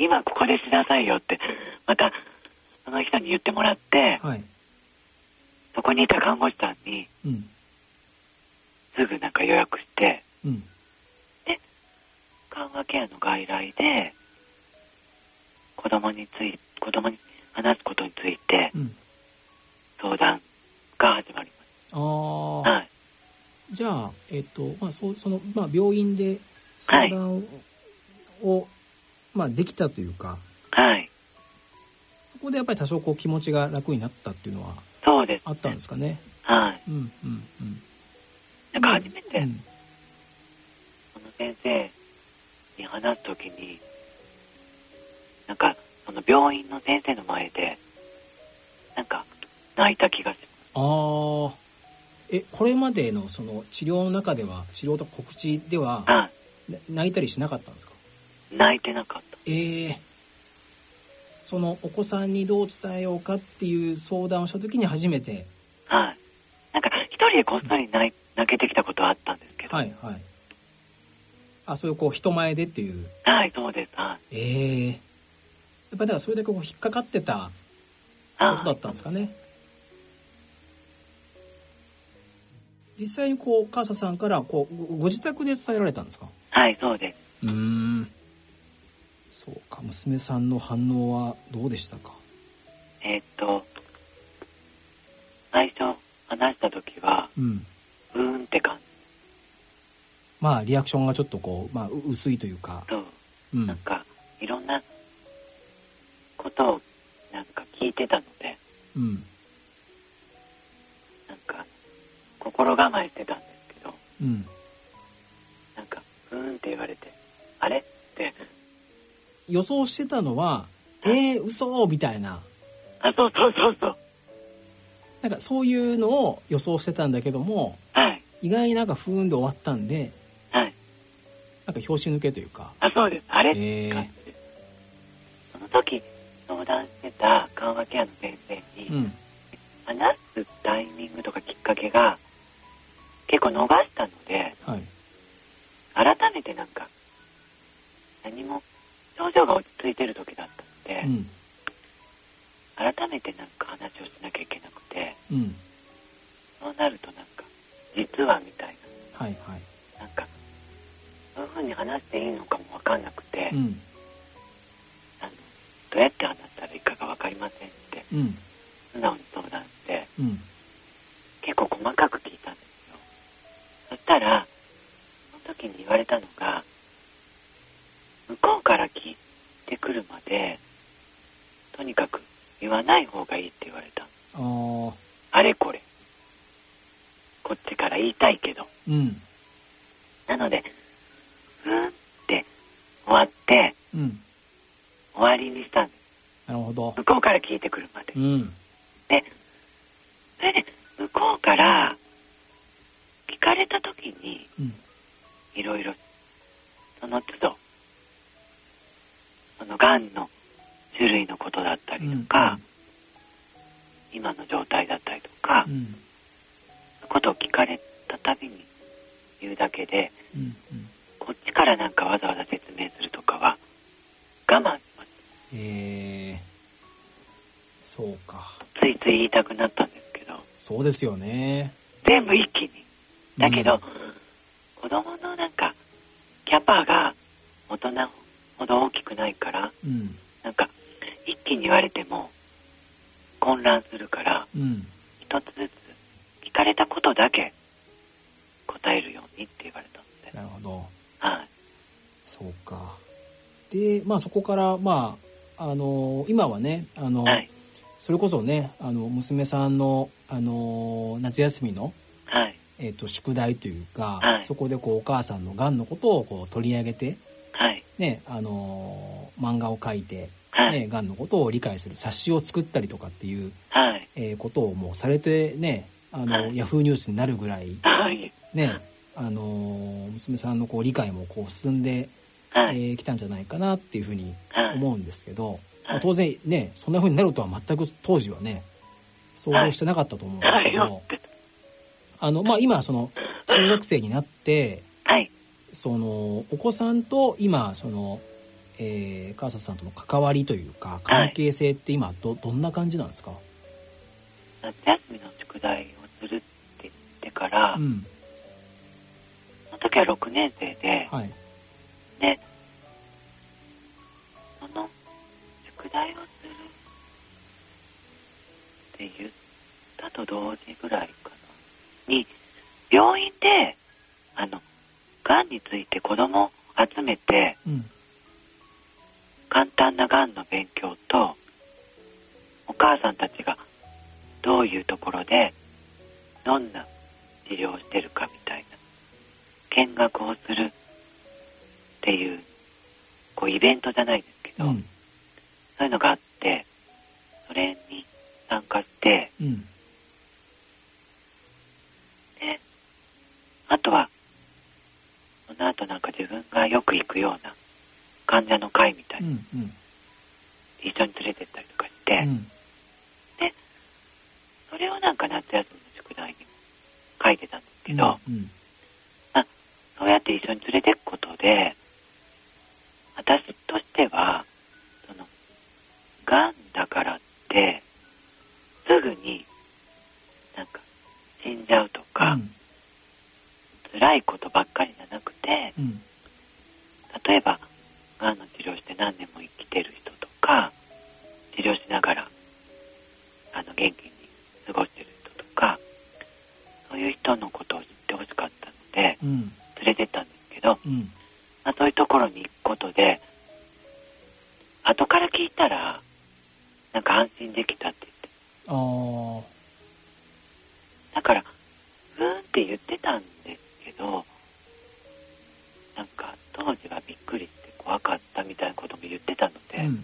今ここでしなさいよってまたその人に言ってもらって、はい、そこにいた看護師さんに、うん、すぐなんか予約して、うん、で緩和ケアの外来で子供につい子供に話すことについて、うん、相談が始まります。 あ、はい、じゃあ、えっとまあ、そ, そのまあ、病院で相談を、はい、まあ、できたというか、 はい、 そこでやっぱり多少こう気持ちが楽になったっていうのはあったんですかね。 はい、 うんうんうん、 なんか初めて、うん、その先生に話すときになんかその病院の先生の前でなんか泣いた気がします。 ああ、え、これまでのその治療の中では、治療と告知では、はい、泣いたりしなかったんですか？ 泣いてなかった。 ええー、そのお子さんにどう伝えようかっていう相談をした時に初めて。 はい。なんか一人でこっそり 泣, 泣けてきたことはあったんですけど。 はいはい。あ、そういうこう人前でっていう。 はい、そうです。はい。 ええー、やっぱだからそれだけこう引っかかってたことだったんですかね。実際にこう川佐さんからこうご自宅で伝えられたんですか？ はい、そうです。 うーん、そうか。娘さんの反応はどうでしたか？ えー、っと最初話した時は、うん、うーんって感じ。 まあリアクションがちょっとこう、まあ、薄いというか、 そう、うん、なんかいろんなことをなんか聞いてたので、うん、なんか心構えしてたんですけど、うん、なんかうーんって言われて、あれって予想してたのは、えー、嘘みたいな。 あ、そうそうそうそう。 なんかそういうのを予想してたんだけども、はい、意外になんかふーんで終わったんで、はい、なんか拍子抜けというか。 あ、そうです。あれって感じです。その時相談してた緩和ケアの先生に、うん、話すタイミングとかきっかけが結構逃したので、はい、改めてなんか何も症状が落ち着いてる時だったので、うん、改めてなんか話をしなきゃいけなくて、うん、そうなるとなんか実はみたいな、はいはい、なんかそういう風に話していいのかも分かんなくて、うん、あのどうやって話したらいいかが分かりませんって、うん、素直に相談して、うん、結構細かく聞いたんですよ。そしたらその時に言われたのが、向こうから聞いてくるまでとにかく言わない方がいいって言われた。あ, あれこれこっちから言いたいけど、うん、なのでふーんって終わって、うん、終わりにしたんです。 なるほど。 向こうから聞いてくるまで、うん、でそれで向こうから聞かれた時に、うん、いろいろその都度そのがんの種類のことだったりとか、うん、今の状態だったりとか、うん、そういうことを聞かれたたびに言うだけで、うんうん、こっちからなんかわざわざ説明するとかは我慢します。 へー、そうか。 ついつい言いたくなったんですけど。 そうですよね。 全部一気に。だけど、うん、子供のなんかキャパが大人ほど大きくないから、うん、なんか一気に言われても混乱するから、うん、一つずつ聞かれたことだけ答えるようにって言われたので。 なるほど。 はい。 そうか。で、まあそこからまああのー、今はね、あのーはい、それこそね、あの娘さんのあのー、夏休みの、はい、えっと宿題というか、はい、そこでこうお母さんのがんのことをこう取り上げて、はい、ね、あのー、漫画を描いて。ね、がんのことを理解する冊子を作ったりとかっていう、はいえー、ことをもうされてね、あの、はい、ヤフーニュースになるぐらい、はい、ね、あのー、娘さんのこう理解もこう進んでき、はいえー、たんじゃないかなっていうふうに思うんですけど、はいまあ、当然ねそんなふうになるとは全く当時はね想像してなかったと思うんですけど、はい、あのまあ、今その中学生になって、はい、そのお子さんと今そのえー、川里さんとの関わりというか関係性って今 ど, どんな感じなんですか？ 夏休みの宿題をするって言ってから、うん、その時はろくねん生で、はい、でその宿題をするって言ったと同時ぐらいかなに病院であのがんについて子供を集めて、うん、簡単ながんの勉強とお母さんたちがどういうところでどんな治療をしてるかみたいな見学をするっていうこうイベントじゃないですけど、うん、そういうのがあってそれに参加して、うん、であとはその後なんか自分がよく行くような患者の会みたいな、うんうん、一緒に連れてったりとかして、うん、でそれをなんか夏休みの宿題にも書いてたんですけど、うんうん、まあ、そうやって一緒に連れて行くことで私としてはそのがんだからってすぐになんか死んじゃうとか、うん、辛いことばっかりじゃなくて、うん、例えばがんの治療して何年も生きてる人とか治療しながらあの元気に過ごしてる人とかそういう人のことを知ってほしかったので、うん、連れてったんですけど、うん、まあ、そういうところに行くことで後から聞いたらなんか安心できたって言って、あだからうーんって言ってたんですけどなんか当時はびっくりして怖かったみたいなことも言ってたので、うんうんうんうん、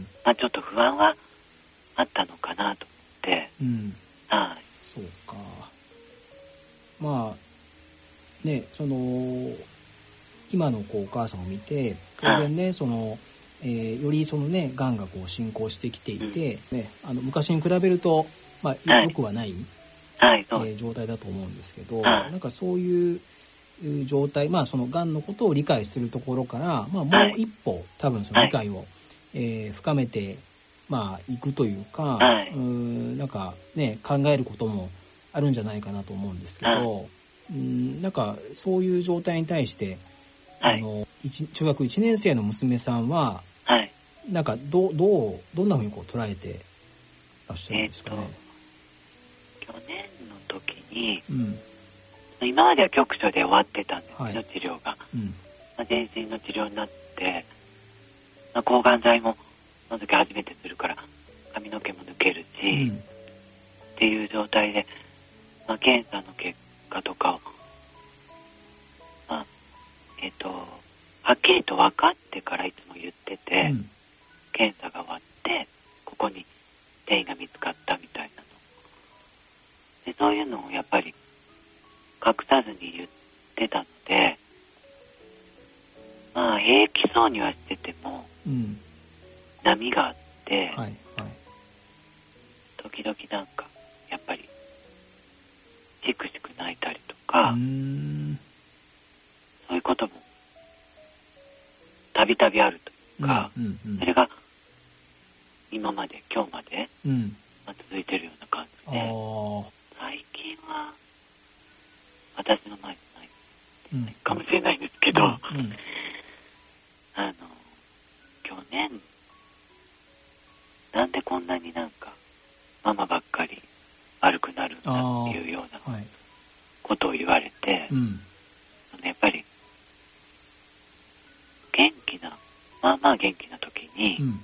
まあ、ちょっと不安はあったのかなと思って、うん、はい、 そうか。まあね、その今のこうお母さんを見て当然ね、はい、そのえー、よりそのねがんがこう進行してきていて、うん、ね、あの昔に比べると、まあ、よくはない、はい、えー、状態だと思うんですけど、はい、なんかそういう状態、まあそのがんのことを理解するところから、まあ、もう一歩、はい、多分その理解を、はい、えー、深めてまあいくというか、はい、うーんなんかね考えることもあるんじゃないかなと思うんですけど、はい、うーんなんかそういう状態に対して、はい、あの中学いちねん生の娘さんは、はい、なんかどうどうどんなふうにこう捉えてらっしゃるんですかね。 えー、去年の時に、うん、今までは局所で終わってたんですけど、はい、治療が、うん、まあ、全身の治療になって、まあ、抗がん剤もその時初めてするから髪の毛も抜けるし、うん、っていう状態で、まあ、検査の結果とかを、まあ、えっとはっきりと分かってからいつも言ってて、うん、検査が終わってここに転移が見つかったみたいなので、そういうのをやっぱり隠さずに言ってたので、まあ平気そうにはしてても、うん、波があって、はいはい、時々なんかやっぱりチクチク泣いたりとか、うーん、そういうこともたびたびあるというか、うんうんうん、それが今まで今日まで、うんまあ、続いてるような感じで、最近は私の前じゃない、うん、かもしれないんですけど、うんうん、あの去年なんでこんなになんかママばっかり悪くなるんだっていうようなことを言われて、うん、やっぱり元気なまあまあ元気な時に、うん、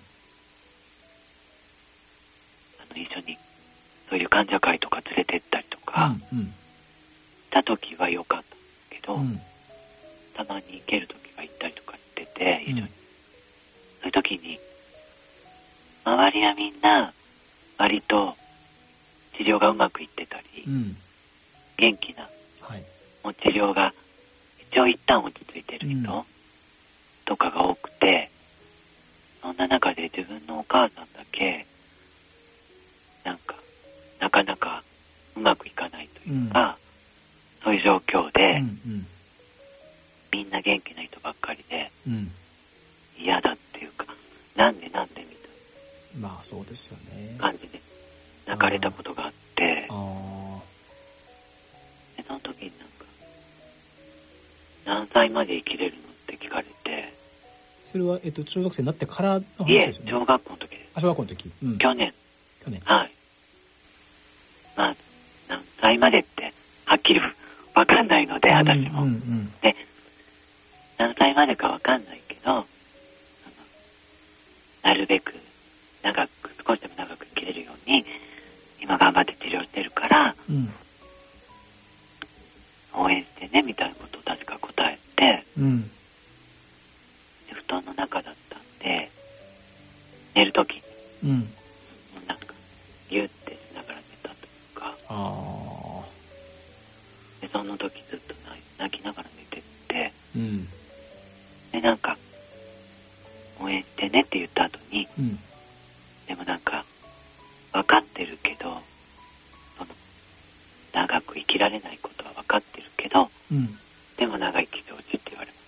あの一緒にそういう患者会とか連れてったりとか、うんうん、した時は良かったんですけど、うん、たまに行ける時は行ったりとかしてて一緒に、うん、そういう時に周りはみんな割と治療がうまくいってたり、うん、元気な、はい、もう治療が一応一旦落ち着いてる人、うん、とかが多くて、そんな中で自分のお母さんだけなんかなかなかうまくいかないというか、うん、そういう状況で、うんうん、みんな元気な人ばっかりで、うん、 嫌だっていうか、なんでなんでみたいな。まあそうですよね。 な感じで泣かれたことがあって、 あでその時になんか何歳まで生きれるのって聞かれて、 それは、えっと、中学生になってからの話ですよね。 いえ、小学校の時です。 あ、小学校の時、うん、 去年去年、 はい。まあ何歳までってはっきり分かんないので、私も、 うんうんうん、 で何歳までか分かんないけど、そのなるべく長く、少しでも長く生きれるように今頑張って治療してるから、 うん、 応援してねみたいなことを確か答えて、 うん、 で布団の中だったんで、寝る時に、 うん、 もうなんかギュッてしながら寝たというか、 あでその時ずっと泣きながら寝てって、 うん、 でなんか応援してねって言った後に、 うん、 でもなんか分かってるけど、その長く生きられないことは分かってるけど、 うん、 でも長生きしてほしいって言われます。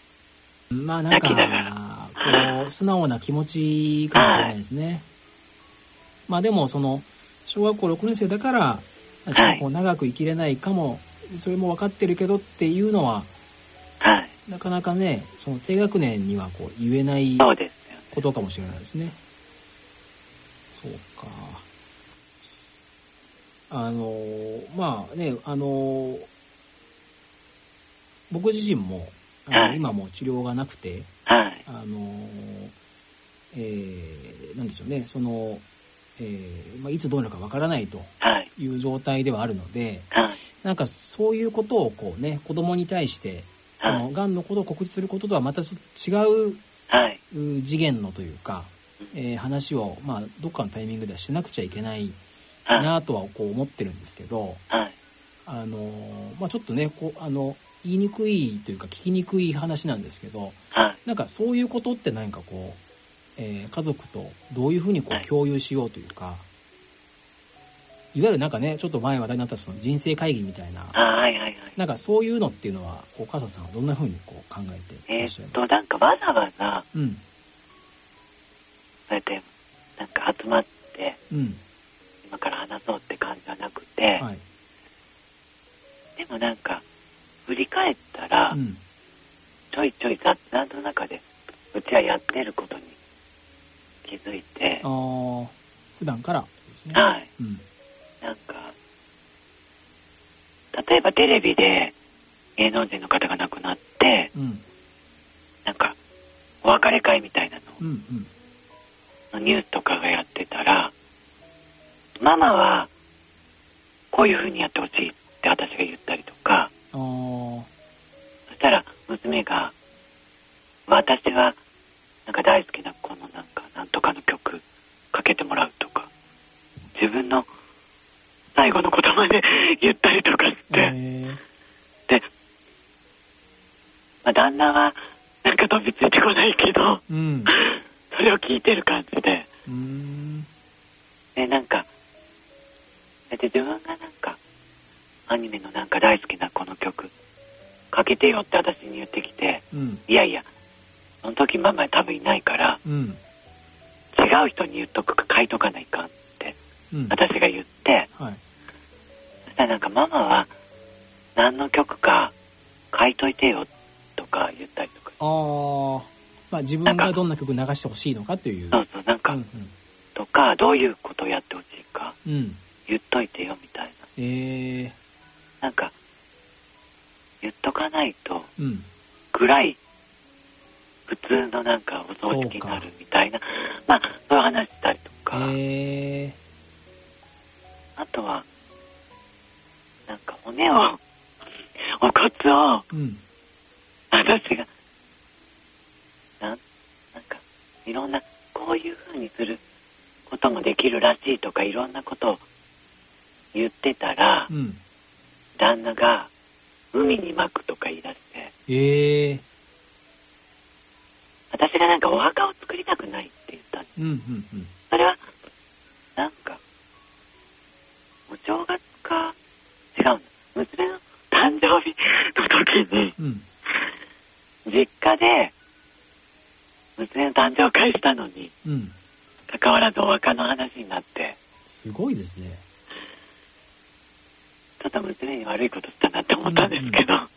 まあなんか泣きながらこう素直な気持ちかもしれないですね、はい、まあでもその小学校ろくねん生だから、はい、こう長く生きれないかも、それも分かってるけどっていうのは、 はい、 なかなかね、その低学年にはこう言えないことかもしれないですね。そうか。あのまあね、あの僕自身もあの、はい、今もう治療がなくて、 はい、 あのえー、なんでしょうね、その、えーまあ、いつどうなるかわからないという状態ではあるので、はい、なんかそういうことをこうね、子供に対してそのがんのことを告知することとはまたちょっと違う、はい、次元のというか、えー、話を、まあ、どっかのタイミングではしなくちゃいけないなとはこう思ってるんですけど、はい、あのまあ、ちょっとねこうあの言いにくいというか聞きにくい話なんですけど、はい、なんかそういうことって何かこう、えー、家族とどういうふうにこう共有しようというか、はい、いわゆるなんかねちょっと前話題になったその人生会議みたいな、 はいはいはい、 なんかそういうのっていうのはお母さんはどんなふうにこう考えていらっしゃいますか？ えー、っとなんかわざわざ、 うん、 そうやってなんか集まって、うん、今から話そうって感じじゃなくて、はい、でもなんか振り返ったら、うん、ちょいちょい雑談の中でうちはやってることに気づいて、 あ普段からですね、 はい、うん、なんか例えばテレビで芸能人の方が亡くなって、うん、なんかお別れ会みたいなの、うんうん、のニュースとかがやってたら、ママはこういう風にやってほしいって私が言ったりとか、あそしたら娘が私はなんか大好きなこのなんかなんとかの曲かけてもらうとか、自分の最後の言葉で言ったりとかして、で、まあ、旦那はなんか飛びついてこないけど、うん、それを聞いてる感じで、うーんでなんかだって自分がなんかアニメのなんか大好きなこの曲かけてよって私に言ってきて、うん、いやいやその時ママ多分いないから、うん、違う人に言っとくか書いとかないかって、うん、私が言って、はい、そしたらなんかママは何の曲か書いといてよとか言ったりとか、 あ、まあ、自分がどんな曲流してほしいのかという、 そうそうなんか、うんうん、とかどういうことをやってほしいか、うん、言っといてよみたいな、えー、なんか言っとかないと、うん、暗い普通のなんかお葬式になるみたいな、まあそういう話したりとか、えー、あとはなんか骨をお骨を、うん、私がなんなんかいろんなこういう風にすることもできるらしいとかいろんなことを言ってたら、うん、旦那が海に撒くとか言い出して、えー、私がなんかお墓を作りたくないって言ったんです、うんうんうん、それはなんかお正月か違うんだ、娘の誕生日の時に、うん、実家で娘の誕生会したのに、うん、関わらずお墓の話になって、 すごいですね。 ちょっと娘に悪いことしたなって思ったんですけど、うんうん、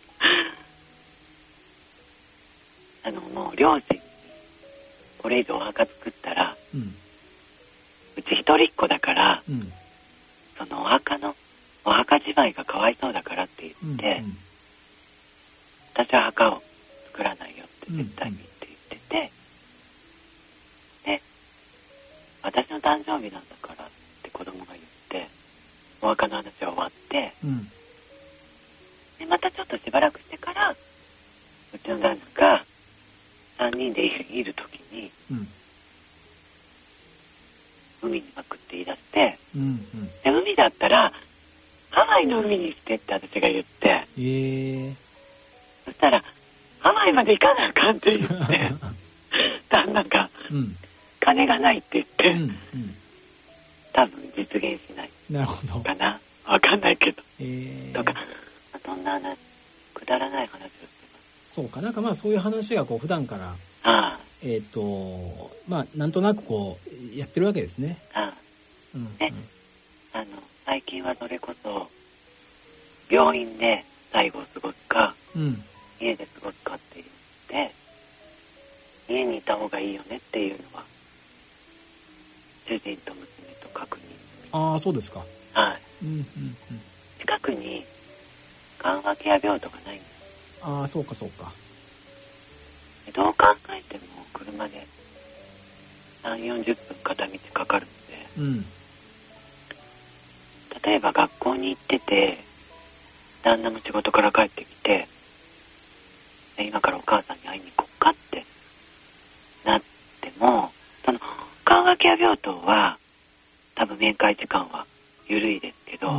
あのもう両親にこれ以上お墓作ったら、うん、うち一人っ子だから、うん、そのお墓のお墓じまいがかわいそうだからって言って、うんうん、私は墓を作らないよって絶対にって言ってて、うんうん、で私の誕生日なんだからって子供が言ってお墓の話は終わって、うん、でまたちょっとしばらくしてからうちの旦那がさんにんでいる時に、うん、海にまくって言い出して、うんうん、で海だったらハワイの海にしてって私が言って、えー、そしたらハワイまで行かなあかんって言って旦那が、うん、金がないって言って、うんうん、多分実現しないかな、わかんないけど、えー、とかそんな話くだらない話をしてます。 そうか、なんかまあそういう話がこう普段からああえっ、ー、とまあなんとなくこうやってるわけですね。ああ、 うんうん、であの最近はそれこそ病院で最後を過ごすか、うん、家で過ごすかって言って家にいた方がいいよねっていうのは主人と娘と確認。 ああそうですか。はい、うんうんうん、 近くに緩和ケア病棟がないんです。 ああそうかそうか。 どう考えても車でさんじゅうよんじゅっぷん片道かかるので、うん、例えば学校に行ってて旦那も仕事から帰ってきて今からお母さんに会いに行こうかってなってもその緩和ケア病棟は多分面会時間は緩いですけど、うん、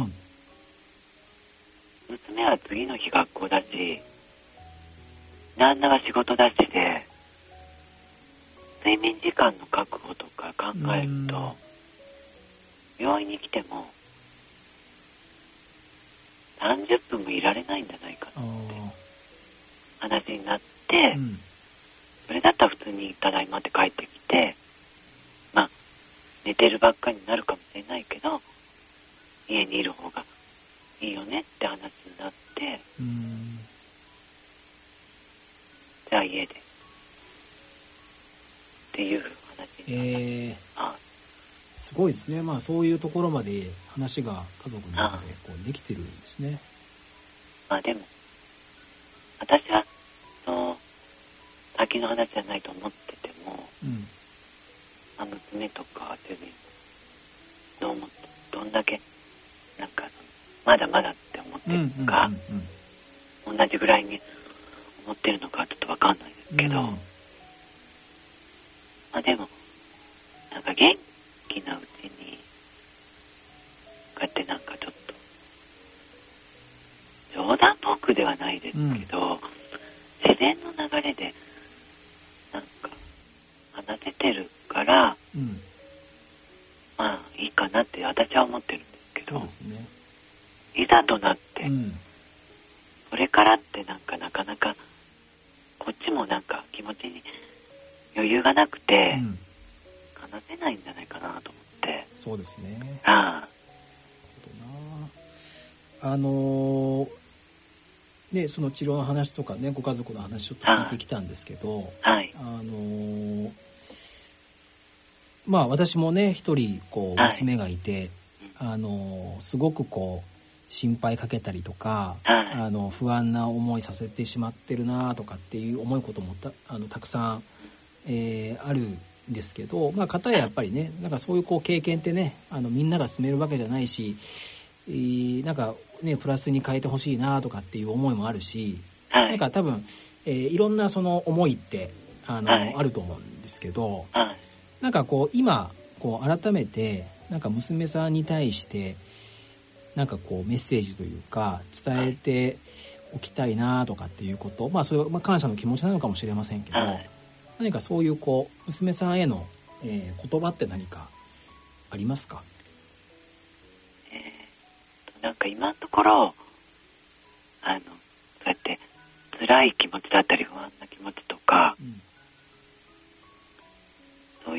娘は次の日学校だし旦那は仕事だしで睡眠時間の確保とか考えると病院に来てもさんじゅっぷんもいられないんじゃないかなって話になって、うん、それだったら普通にただいまって帰ってきてまあ寝てるばっかりになるかもしれないけど家にいる方がいいよねって話になって、うん、じゃあ家でっていう話になった、えー、あすごいですね。まあそういうところまで話が家族の中でこうできてるんですね。 まあでも私はそう先の話じゃないと思ってても、うんまあ、娘とか主人どう思ってどんだけなんかまだまだって思ってるのか、うんうんうんうん、同じぐらいに思ってるのかちょっと分かんないですけど、うん、まあでもなんか元気なうちにこうやってなんかちょっと冗談っぽくではないですけど、うん、自然の流れでなんか話せてるから、うん、まあいいかなって私は思ってるんですけど、そうですね、いざとなって、うん、これからってなんかなかなかこっちもなんか気持ちに余裕がなくて、うん、話せないんじゃないかなと思って。 そうですね。 ああ、あのー、ねその治療の話とかねご家族の話ちょっと聞いてきたんですけど、はい、あのー、まあ私もね一人こう娘がいて、はい、あのー、すごくこう心配かけたりとか、はい、あの不安な思いさせてしまってるなとかっていう思うことも た, あのたくさん、えー、あるんですけど、まあ片ややっぱりねなんかそういうこう経験ってねあのみんなが進めるわけじゃないし、えー、なんかねプラスに変えてほしいなとかっていう思いもあるし、はい、なんか多分、えー、いろんなその思いってあの、はい、あると思うんですけど、はい、なんかこう今こう改めてなんか娘さんに対してなんかこうメッセージというか伝えておきたいなとかっていうこと、まあそれはまあ感謝の気持ちなのかもしれませんけど、はい、何かそういうこう娘さんへの、えー、言葉って何かありますか？ えー、なんか今のところあのそうやって辛い気持ちだったり不安な気持ちとか、うん、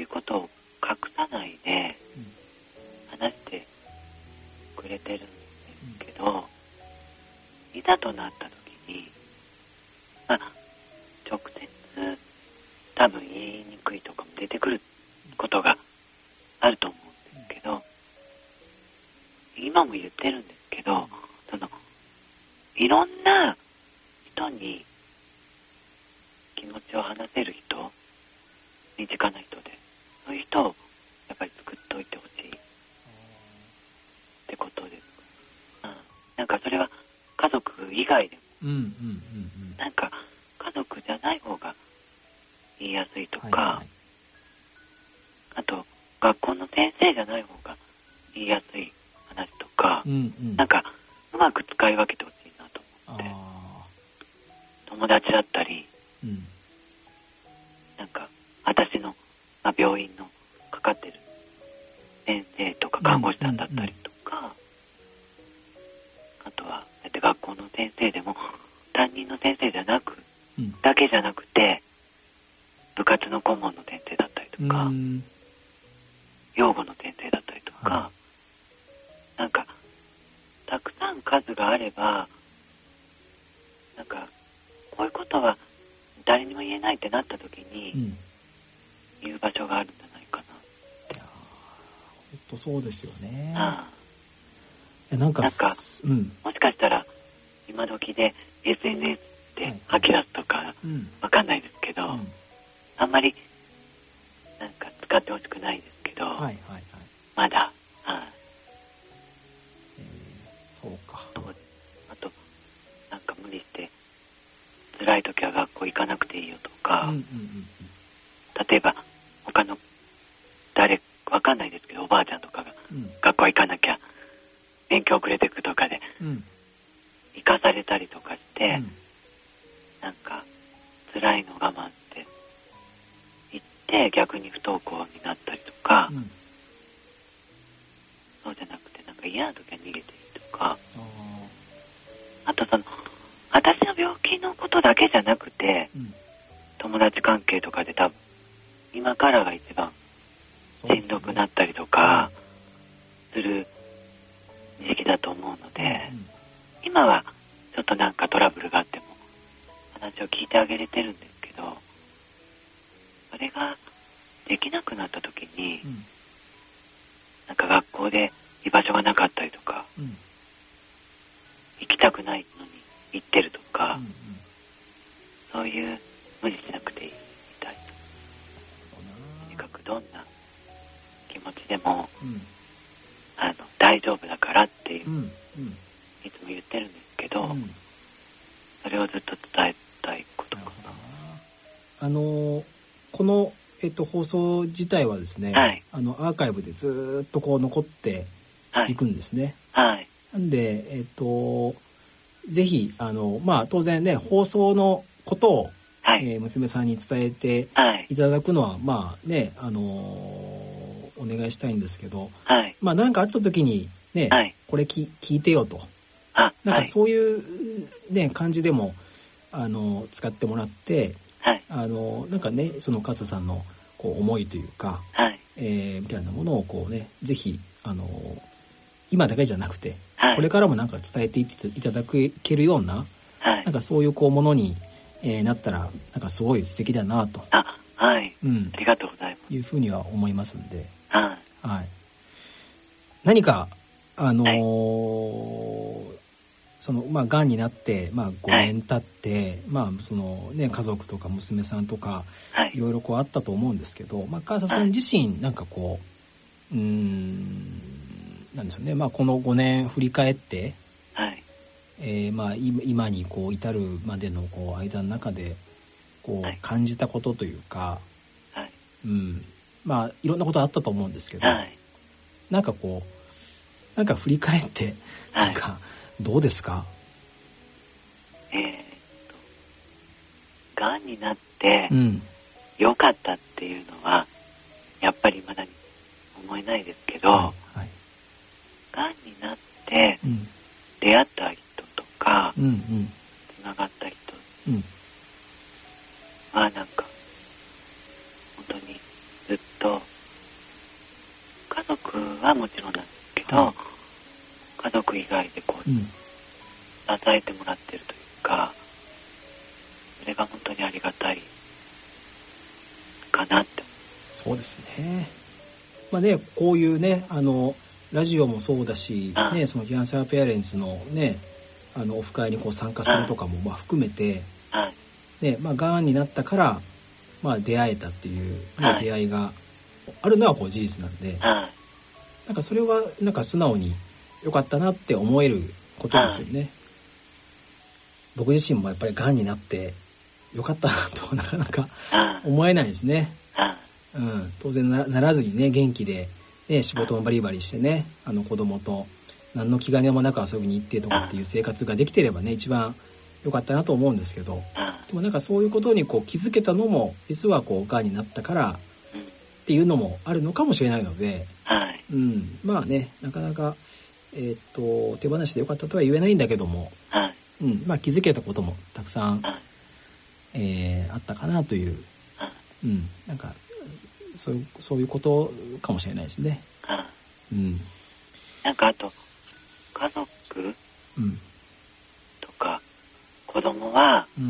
ことを隠さないで話してくれてるんですけど、うん、いざとなった時に、まあ、直接多分言いにくいとかも出てくることがあると思うんですけど、今も言ってるんですけど、そのいろんな人に気持ちを話せる人、身近な人で、そういう人をやっぱり作っておいてほしいってことです、うん、なんかそれは家族以外でも、うんうんうんうん、なんか家族じゃない方が言いやすいとか、はいはい、あと学校の先生じゃない方が言いやすい話とか、うんうん、なんかうまく使い分けてほしいなと思って、友達だったり、うん、なんか私の、まあ、病院のかかってる先生とか看護師さんだったりとか、うんうんうん、あとはだって学校の先生でも担任の先生じゃなく、うん、だけじゃなくて部活の顧問の先生だったりとか、うん、養護の先生だったりとか、はい、なんかたくさん数があれば、なんかこういうことは誰にも言えないってなった時に、うん、言う場所があるんじゃないかな。いや本当そうですよね。 ああなんか、 なんか、うん、もしかしたら今時で エスエヌエス で吐き出すとか、はい、わかんないですけど、うん、あんまりなんか使ってほしくないですけど、はいはいはい、まだ、はい、 えー、そうか。 あとなんか無理して辛い時は学校行かなくていいよとか、うんうんうん、例えば他の誰わかんないですけどおばあちゃんとかが、うん、学校行かなきゃ勉強遅れてくとかで、うん、行かされたりとかして、うん、なんか辛いの我慢って言って逆に不登校になったりとか、うん、そうじゃなくてなんか嫌な時は逃げていいとか、あとその私の病気のことだけじゃなくて、うん、友達関係とかで多分今からが一番しんどくなったりとかする時期だと思うので、うんうん、今はちょっとなんかトラブルがあっても話を聞いてあげれてるんですけど、それができなくなった時に、うん、なんか学校で居場所がなかったりとか、うん、行きたくないのに行ってるとか、うんうん、そういう無理しなくていいみたいな。とにかくどんな気持ちでも、うん、あの大丈夫だからっていう、うんうん、いつも言ってるんですけど、うん、それをずっと伝えたいことかな。 あのこの、えっと、放送自体はですね、はい、あのアーカイブでずっとこう残っていくんですね。はいはい、なんで、えっと、ぜひあの、まあ、当然ね放送のことを、はいえー、娘さんに伝えていただくのは、はい、まあね、あのー、お願いしたいんですけど、はい、まあ何かあった時にね、はい、これき聞いてよと、なんかそういうね感じでもあの使ってもらって、はい、あのなんかねその勝さんのこう思いというか、はいえー、みたいなものをこうねぜひあの今だけじゃなくて、はい、これからもなんか伝えていっていただけるような、はい、なんかそういうこうものに、えー、なったらなんかすごい素敵だなと、 あ、はい、うん、ありがとうございます。 いうふうには思いますんで、はい、はい、何かあのーはい、そのまあがんになって、まあ、ごねん経って、はいまあそのね、家族とか娘さんとか、はい、いろいろこうあったと思うんですけど、まあ、川佐さん自身なんかこう、うーんなんですよね、まあ、このごねん振り返って、はいえーまあ、今にこう至るまでのこう間の中でこう感じたことというか、はいうんまあ、いろんなことあったと思うんですけど、はい、なんかこうなんか振り返ってなんかどうですか？ えー、とがんになって良かったっていうのはやっぱりまだに思えないですけど、はいはいがんになって出会った人とか、うんうん、つながった人はなんか本当にずっとがいでこう、うん、支えてもらってるというか、それが本当にありがたいかなって。 そうですね。まあね、こういうね、あのラジオもそうだし、うん、ね、そのキャンサーペアレンツのね、あのオフ会にこう参加するとかもまあ含めて、 うんね、まあがんになったからまあ出会えたっていう、ね、出会いがあるのはこう事実なんで、うん、なんかそれはなんか素直に良かったなって思えることですよね。うん、僕自身もやっぱりがんになって良かったなとなかなか思えないですね。うん、当然 な, ならずにね、元気で、ね、仕事もバリバリしてね、あの子供と何の気兼ねもなく遊びに行ってとかっていう生活ができてればね、一番良かったなと思うんですけど、でもなんかそういうことにこう気づけたのも実はこうがんになったからっていうのもあるのかもしれないので、うん、まあね、なかなか、えー、っと手放しで良かったとは言えないんだけども、うん、まあ気づけたこともたくさん、えー、あったかなという、うん、なんかそういう、そういうことかもしれないですね。うん、 なんかあと家族、うん、とか子供は、うん、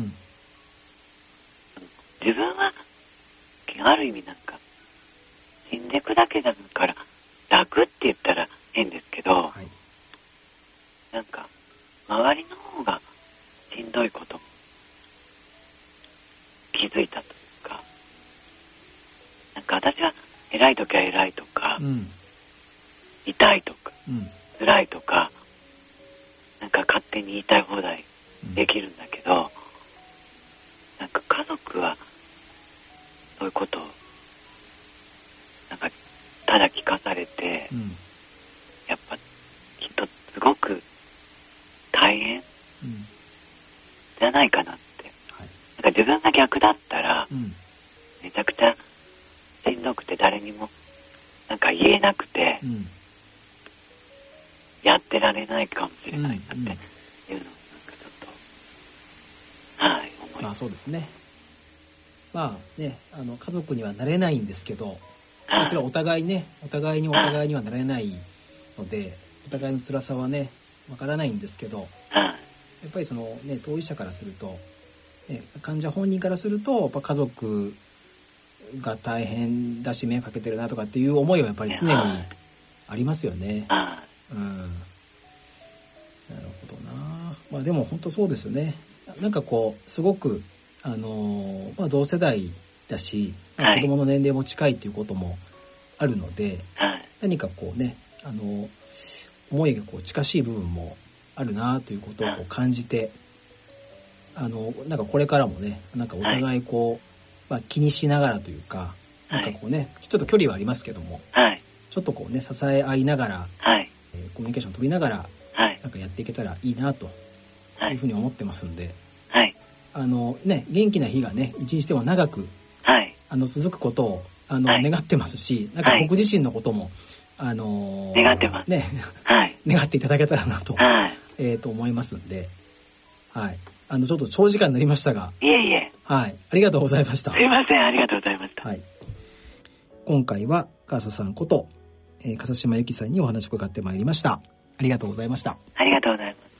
自分はある意味なんか死んでいくだけだから楽って言ったら変ですけど、はい、なんか周りの方がしんどいことも気づいたというか、なんか私は偉い時は偉いとか、うん、痛いとか、うん、辛いとか、なんか勝手に言いたい放題できるんだけど、うん、なんか家族はそういうことをなんかただ聞かされて、うん、やっぱきっとすごく大変、うん、じゃないかなって、はい、なんか自分が逆だったら、うん、めちゃくちゃしんどくて誰にもなんか言えなくて、うん、やってられないかもしれないなっていうのをなんかちょっと、はい、思います。 まあそうですね。まあね、あの家族にはなれないんですけど、まあ、それはお互いね、お互いにお互いにはなれないので、お互いの辛さはねわからないんですけど、やっぱりそのね、当事者からすると、ね、患者本人からするとやっぱ家族が大変だし迷惑かけてるなとかっていう思いはやっぱり常にありますよね。うん、なるほどな。まあでも本当そうですよね。なんかこうすごくあのー、まあ同世代だし、はい、子供の年齢も近いっていうこともあるので、はい、何かこうね、あのー、思いがこう近しい部分もあるなということをこう感じて、あのなんかこれからもね、なんかお互いこう、はい、まあ、気にしながらというか、なんかこうね、ちょっと距離はありますけども、はい、ちょっとこうね支え合いながら、はい、えー、コミュニケーションを取りながら、はい、なんかやっていけたらいいなというふうに思ってますんで、はい、あのね、元気な日がね一日でも長く、はい、あの続くことをあの、はい、願ってますし、なんか僕自身のことも、あのー、願ってますね、はい、願っていただけたらなと、はい、えー、と思いますんで、はい、あのちょっと長時間になりましたが、 いえいえ、 はい、ありがとうございました。 すいません、ありがとうございました。 はい、今回は笠さんこと、えー、笠島由紀さんにお話を伺ってまいりました。ありがとうございました。 ありがとうございます。